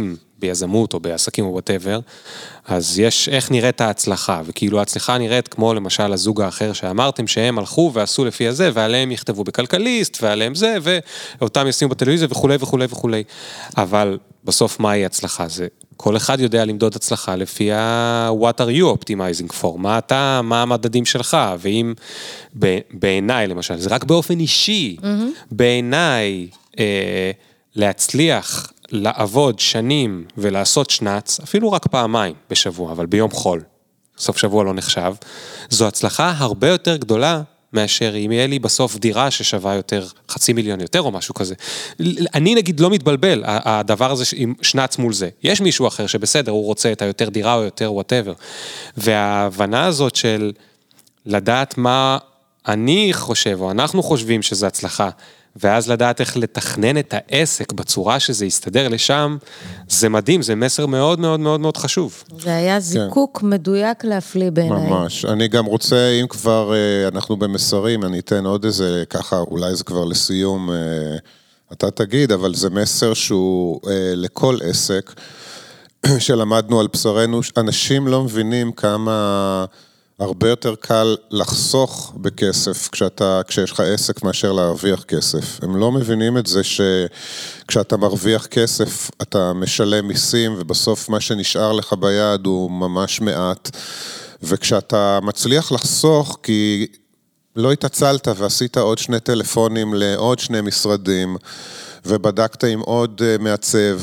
ביזמות או בעסקים או whatever, אז יש איך נראית ההצלחה, וכאילו ההצלחה נראית כמו למשל הזוג האחר שאמרתם שהם הלכו ועשו לפי הזה, ועליהם יכתבו בכלכליסט, ועליהם זה, ואותם ישימו בטלוויזיה וכו' וכו' וכו'. אבל בסוף מהי הצלחה? זה כל אחד יודע למדוד הצלחה לפי ה- what are you optimizing for, מה אתה, מה המדדים שלך, ואם בעיניי למשל, זה רק באופן אישי, mm-hmm. בעיניי אה, להצליח לעבוד שנים ולעשות שנץ, אפילו רק פעמיים בשבוע, אבל ביום חול, סוף שבוע לא נחשב, זו הצלחה הרבה יותר גדולה, מאשר אם יהיה לי בסוף דירה ששווה יותר, חצי מיליון יותר או משהו כזה. אני נגיד לא מתבלבל, הדבר הזה עם שנץ מול זה. יש מישהו אחר שבסדר, הוא רוצה את היותר דירה או יותר whatever. וההבנה הזאת של לדעת מה אני חושב, או אנחנו חושבים שזה הצלחה, ואז לדעת איך לתכנן את העסק בצורה שזה יסתדר לשם, זה מדהים, זה מסר מאוד מאוד מאוד מאוד חשוב. זה היה זיקוק כן. מדויק להפליא בעיניי. ממש. אני גם רוצה, אם כבר אנחנו במסרים, אני אתן עוד איזה, ככה, אולי זה כבר לסיום, אתה תגיד, אבל זה מסר שהוא לכל עסק, שלמדנו על בשרנו, אנשים לא מבינים כמה הרבה יותר קל לחסוך בכסף כשאתה, כשיש לך עסק מאשר להרוויח כסף. הם לא מבינים את זה שכשאתה מרוויח כסף אתה משלם מיסים ובסוף מה שנשאר לך ביד הוא ממש מעט. וכשאתה מצליח לחסוך כי לא התעצלת ועשית עוד שני טלפונים לעוד שני משרדים ובדקת עם עוד מעצב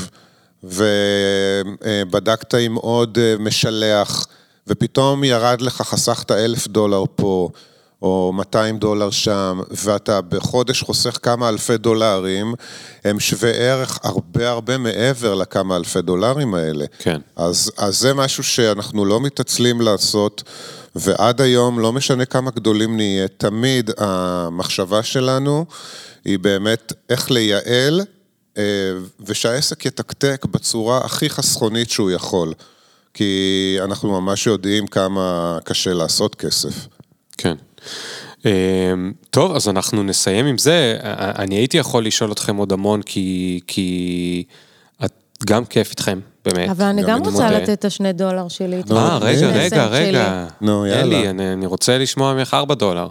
ובדקת עם עוד משלח ופתאום ירד לך, חסכת אלף דולר פה, או מאתיים דולר שם, ואתה בחודש חוסך כמה אלפי דולרים, הם שווה ערך הרבה הרבה מעבר לכמה אלפי דולרים האלה. כן. אז, אז זה משהו שאנחנו לא מתעצלים לעשות, ועד היום לא משנה כמה גדולים נהיה, תמיד המחשבה שלנו היא באמת איך לייעל, ושהעסק יתקתק בצורה הכי חסכונית שהוא יכול. כי אנחנו ממש יודעים כמה קשה לעשות כסף. כן. טוב, אז אנחנו נסיים עם זה. אני הייתי יכול לשאול אתכם עוד המון, כי, כי גם כיף איתכם, באמת. אבל אני גם רוצה לתת את השני דולר שלי. אה, רגע, רגע, רגע. נו, יאללה. אלי, אני רוצה לשמוע ממך ארבע דולר.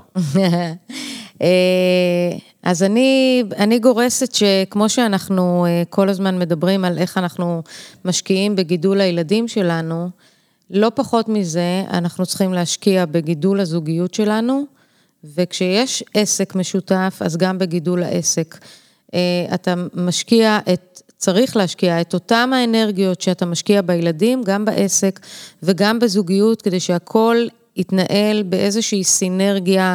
אז אני, אני גורסת שכמו שאנחנו כל הזמן מדברים על איך אנחנו משקיעים בגידול הילדים שלנו, לא פחות מזה אנחנו צריכים להשקיע בגידול הזוגיות שלנו, וכשיש עסק משותף, אז גם בגידול העסק. אתה משקיע את, צריך להשקיע את אותם האנרגיות שאתה משקיע בילדים, גם בעסק וגם בזוגיות, כדי שהכל יתנהל באיזושהי סינרגיה,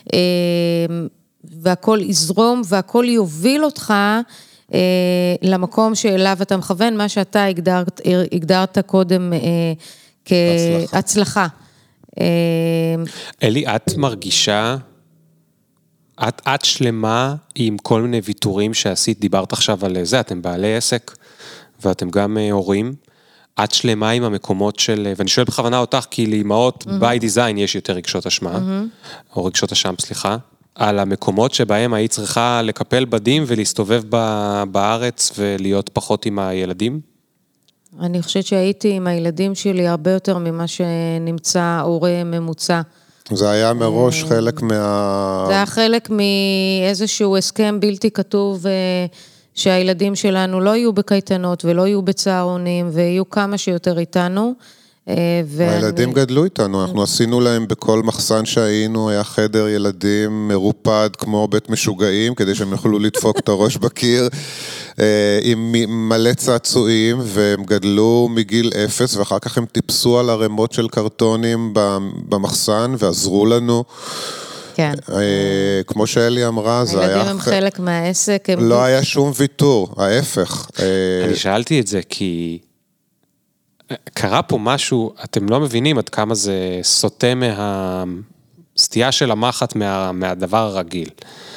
והכל יזרום, והכל יוביל אותך אה, למקום שאליו אתה מכוון, מה שאתה הגדרת, הגדרת קודם אה, כהצלחה. אה, אלי, את מרגישה, את, את שלמה עם כל מיני ויתורים שעשית, דיברת עכשיו על זה, אתם בעלי עסק, ואתם גם אה, הורים, את שלמה עם המקומות של, ואני שואל בכוונה אותך, כי לאמהות mm-hmm. by design יש יותר רגשות אשמה, mm-hmm. או רגשות אשם, סליחה, על המקומות שבהם היית צריכה לקפל בדים ולהסתובב בארץ ולהיות פחות עם הילדים? אני חושבת שהייתי עם הילדים שלי הרבה יותר ממה שנמצא הורה ממוצע. זה היה מראש חלק מה... זה היה חלק מאיזשהו הסכם בלתי כתוב, שהילדים שלנו לא יהיו בקייטנות ולא יהיו בצהרונים, ויהיו כמה שיותר איתנו. הילדים גדלו איתנו, אנחנו עשינו להם בכל מחסן שהיינו, היה חדר ילדים מרופד כמו בית משוגעים, כדי שהם יוכלו לדפוק את הראש בקיר, עם מלא צעצועים, והם גדלו מגיל אפס, ואחר כך הם טיפסו על הרמות של קרטונים במחסן, ועזרו לנו. כן. כמו שאלי אמרה, זה היה... הילדים הם חלק מהעסק. לא היה שום ויתור, ההפך. אני שאלתי את זה כי... קרה פה משהו, אתם לא מבינים עד כמה זה סוטה מהסטייה של המחט מה, מהדבר הרגיל.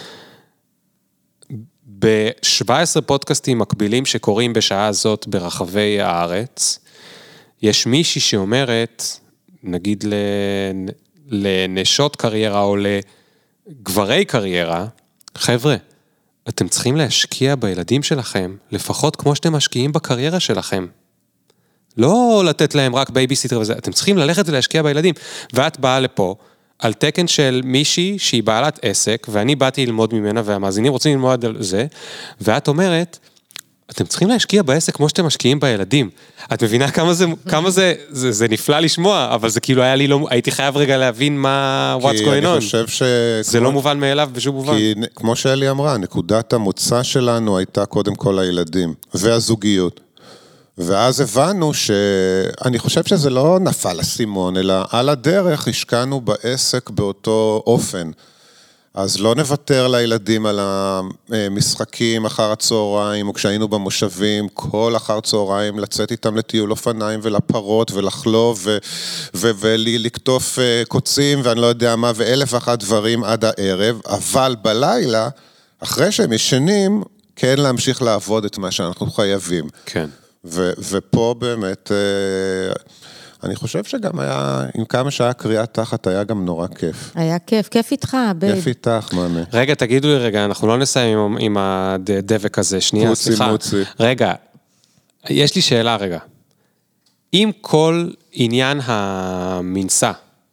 ב-שבעה עשר פודקאסטים מקבילים שקורים בשעה הזאת ברחבי הארץ, יש מישהי שאומרת, נגיד לנשות קריירה או לגברי קריירה, חבר'ה, אתם צריכים להשקיע בילדים שלכם, לפחות כמו שאתם משקיעים בקריירה שלכם. לא לתת להם רק בייביסיטר וזה, אתם צריכים ללכת ולהשקיע בילדים. ואת באה לפה על תקן של מישהי שהיא בעלת עסק, ואני באתי ללמוד ממנה, והמאזינים רוצים ללמוד על זה, ואת אומרת, אתם צריכים להשקיע בעסק כמו שאתם משקיעים בילדים. את מבינה כמה זה, כמה זה, זה, זה נפלא לשמוע, אבל זה כאילו היה לי לא, הייתי חייב רגע להבין מה, what's going on. כי אני חושב ש... זה לא מובן מאליו בשום מובן. כי כמו שאלי אמרה, נקודת המוצא שלנו הייתה קודם כל הילדים, והזוגיות. ואז הבנו שאני חושב שזה לא נפל הסימון, אלא על הדרך השקענו בעסק באותו אופן. אז לא נוותר לילדים על המשחקים אחר הצהריים, או כשהיינו במושבים, כל אחר צהריים לצאת איתם לטיול אופניים ולפרות ולחלוב ו- ו- ולקטוף קוצים ואני לא יודע מה, ואלף ואחת דברים עד הערב, אבל בלילה, אחרי שהם ישנים, כן להמשיך לעבוד את מה שאנחנו חייבים. כן. ו- ופה באמת... אני חושב שגם היה, עם כמה שהיה קריאה תחת, היה גם נורא כיף. היה כיף, כיף איתך, בייב. כיף איתך, מאמי. רגע, תגידו לי רגע, אנחנו לא נסיים עם, עם הדבק הזה, שנייה, מוצי, סליחה. מוצי. רגע, יש לי שאלה רגע. אם כל עניין המנסה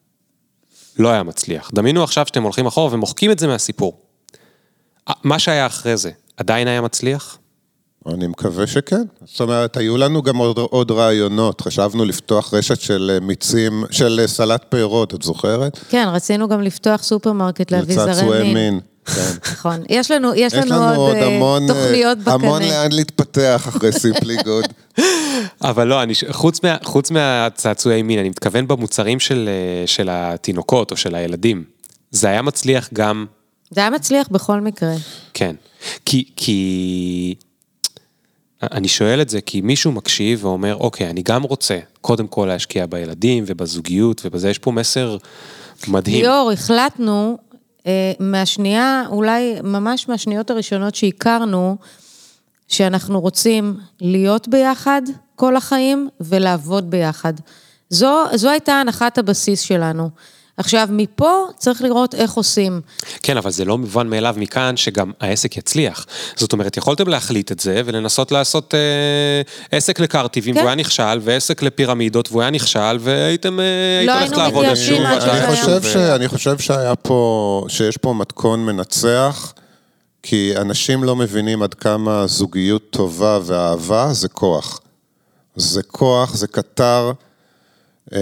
לא היה מצליח, דמיינו עכשיו שאתם הולכים אחורה ומוחקים את זה מהסיפור. מה שהיה אחרי זה, עדיין היה מצליח? אני מקווה שכן. זאת אומרת, היו לנו גם עוד, עוד רעיונות. חשבנו לפתוח רשת של מיצים, של סלט פירות, את זוכרת? כן, רצינו גם לפתוח סופרמרקט לאביזרי מין. כן. נכון. יש לנו, יש יש לנו עוד, עוד המון, תוכניות בקנה. המון לאן להתפתח אחרי סימפלי גוד. אבל לא, אני, חוץ, מה, חוץ מהצעצועי מין, אני מתכוון במוצרים של, של התינוקות או של הילדים. זה היה מצליח גם... זה היה מצליח בכל מקרה. כן. כי... כי... אני שואל את זה כי מישהו מקשיב ואומר, אוקיי, אני גם רוצה קודם כל להשקיע בילדים ובזוגיות ובזה, יש פה מסר מדהים. ליאור, החלטנו אה, מהשנייה, אולי ממש מהשניות הראשונות שהכרנו, שאנחנו רוצים להיות ביחד כל החיים ולעבוד ביחד. זו, זו הייתה הנחת הבסיס שלנו. עכשיו, מפה צריך לראות איך עושים. כן, אבל זה לא מובן מאליו מכאן שגם העסק יצליח. זאת אומרת, יכולתם להחליט את זה ולנסות לעשות אה, עסק לקרטיבים, כן. והוא היה נכשל, ועסק לפירמידות, והוא היה נכשל, והייתם לא הולכת לעבוד איזשהו. אני חושב ש... אני חושב שהיה פה, שיש פה מתכון מנצח, כי אנשים לא מבינים עד כמה זוגיות טובה ואהבה זה כוח. זה כוח, זה קטר, אה,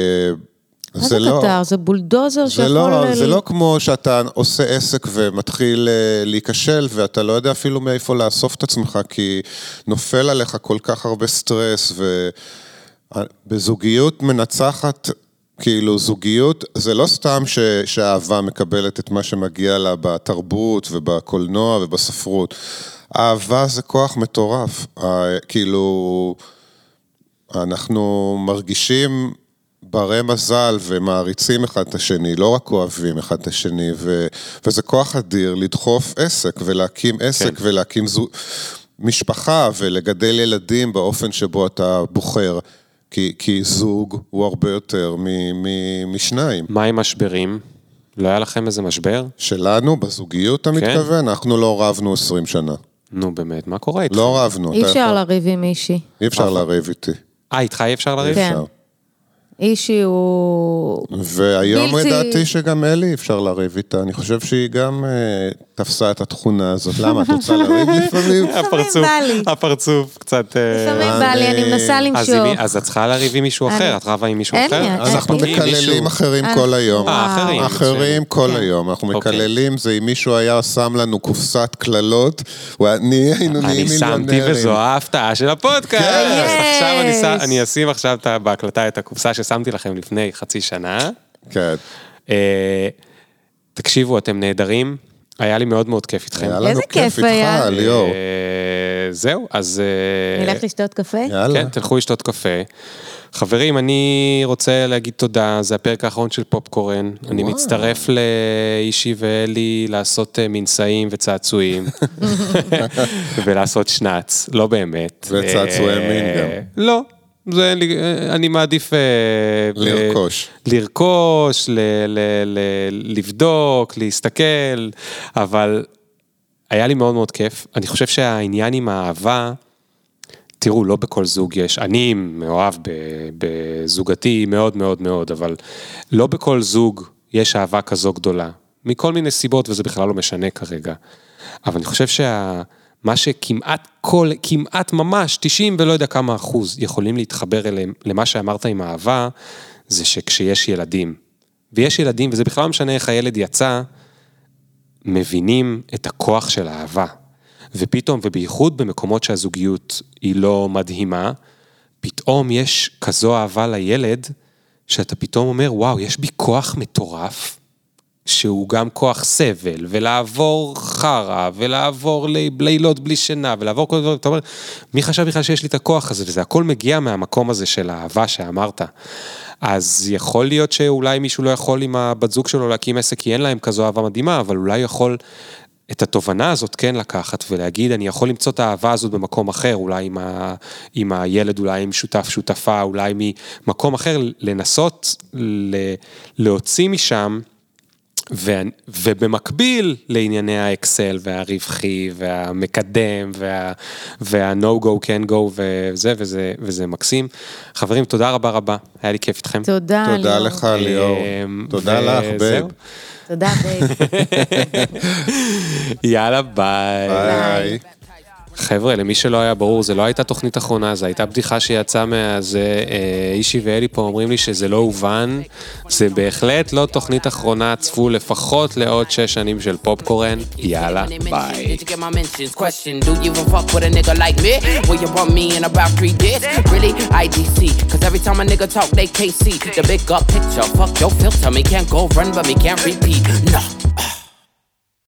מה זה קטר? זה בולדוזר שיכול... לא, זה לא כמו שאתה עושה עסק ומתחיל להיכשל, ואתה לא יודע אפילו מאיפה לאסוף את עצמך, כי נופל עליך כל כך הרבה סטרס, ובזוגיות מנצחת, כאילו זוגיות, זה לא סתם ש... שהאהבה מקבלת את מה שמגיע לה בתרבות ובקולנוע ובספרות. האהבה זה כוח מטורף. כאילו, אנחנו מרגישים... ברי מזל ומעריצים אחד את השני, לא רק אוהבים אחד את השני, ו... וזה כוח אדיר לדחוף עסק ולהקים עסק כן. ולהקים זו... משפחה ולגדל ילדים באופן שבו אתה בוחר, כי, כי זוג הוא הרבה יותר מ... מ... משניים. מה עם משברים? לא היה לכם איזה משבר? שלנו, בזוגיות אתה כן. מתכוון, אנחנו לא רבנו עשרים שנה. נו באמת, מה קורה איתך? לא רבנו. אי אפשר יכול... לריב עם אישי. אי אפשר לריב איתי. אה, איתך אי אפשר לריב? כן. אישי הוא... והיום ידעתי שגם אלי אפשר לריב איתה, אני חושב שהיא גם uh, תפסה את התכונה הזאת. למה? את רוצה לריב לפעמים? הפרצוף, הפרצוף קצת... לפעמים בא לי, אני מנסה למשוך. אז את צריכה לריב עם מישהו אחר, את רבה עם מישהו אחר? אנחנו מקללים אחרים כל היום. אחרים. אחרים כל היום, אנחנו מקללים, זה אם מישהו היה שם לנו קופסת קללות, אני היינו נהיים מיליונרים. אני שמתי וזו ההפתעה של הפודקאסט. עכשיו אני אשים עכשיו בהקלטה את הקופסה ששמתי לכם לפני חצי שנה. כן. תקשיבו, אתם נהדרים. היה לי מאוד מאוד כיף איתכם. היה לנו כיף איתך, ליאור. זהו, אז... נלך לשתות קפה? כן, תלכו לשתות קפה. חברים, אני רוצה להגיד תודה, זה הפרק האחרון של פופקורן. אני מצטרף לאישי ואלי לעשות מנסאים וצעצועים. ולעשות שנץ, לא באמת. וצעצועי מין גם. לא. זה, אני מעדיף... לרכוש. לרכוש, ל, ל, ל, לבדוק, להסתכל, אבל היה לי מאוד מאוד כיף. אני חושב שהעניין עם האהבה, תראו, לא בכל זוג יש, אני מאוהב בזוגתי מאוד מאוד מאוד, אבל לא בכל זוג יש אהבה כזו גדולה, מכל מיני סיבות, וזה בכלל לא משנה כרגע. אבל אני חושב שמה שכמעט כל, כמעט ממש, תשעים ולא יודע כמה אחוז, יכולים להתחבר אליהם, למה שאמרת עם האהבה, זה שכשיש ילדים. ויש ילדים, וזה בכלל לא משנה איך הילד יצא, מבינים את הכוח של האהבה. ופתאום, ובייחוד במקומות שהזוגיות היא לא מדהימה, פתאום יש כזו אהבה לילד, שאתה פתאום אומר, וואו, יש בי כוח מטורף, שהוא גם כוח סבל, ולעבור חרה, ולעבור לילות בלי שינה, ולעבור כל דבר, אתה אומר, מי חשב בכלל שיש לי את הכוח הזה, וזה הכל מגיע מהמקום הזה של האהבה שאמרת. אז יכול להיות שאולי מישהו לא יכול עם הבת זוג שלו להקים עסק, כי אין להם כזו אהבה מדהימה, אבל אולי יכול את התובנה הזאת כן לקחת, ולהגיד, אני יכול למצוא את האהבה הזאת במקום אחר, אולי עם, ה, עם הילד, אולי עם שותף, שותפה, אולי ממקום אחר, לנסות ל, להוציא משם, ו, ובמקביל לענייני האקסל, והרווחי, והמקדם, וה, וה-no go, can go, וזה, וזה, וזה מקסים. חברים, תודה רבה רבה, היה לי כיף איתכם. תודה, ליאור. תודה לך, ליאור. תודה לך, בייב. תודה, בייב. יאללה, ביי. ביי. חבר'ה, למי שלא היה ברור, זה לא הייתה תוכנית אחרונה, זה הייתה בדיחה שיצאה מהזה, אישי ואלי פה אומרים לי שזה לא הובן, זה בהחלט לא תוכנית אחרונה, צפו לפחות לעוד שש שנים של פופקורן, יאללה, ביי. No.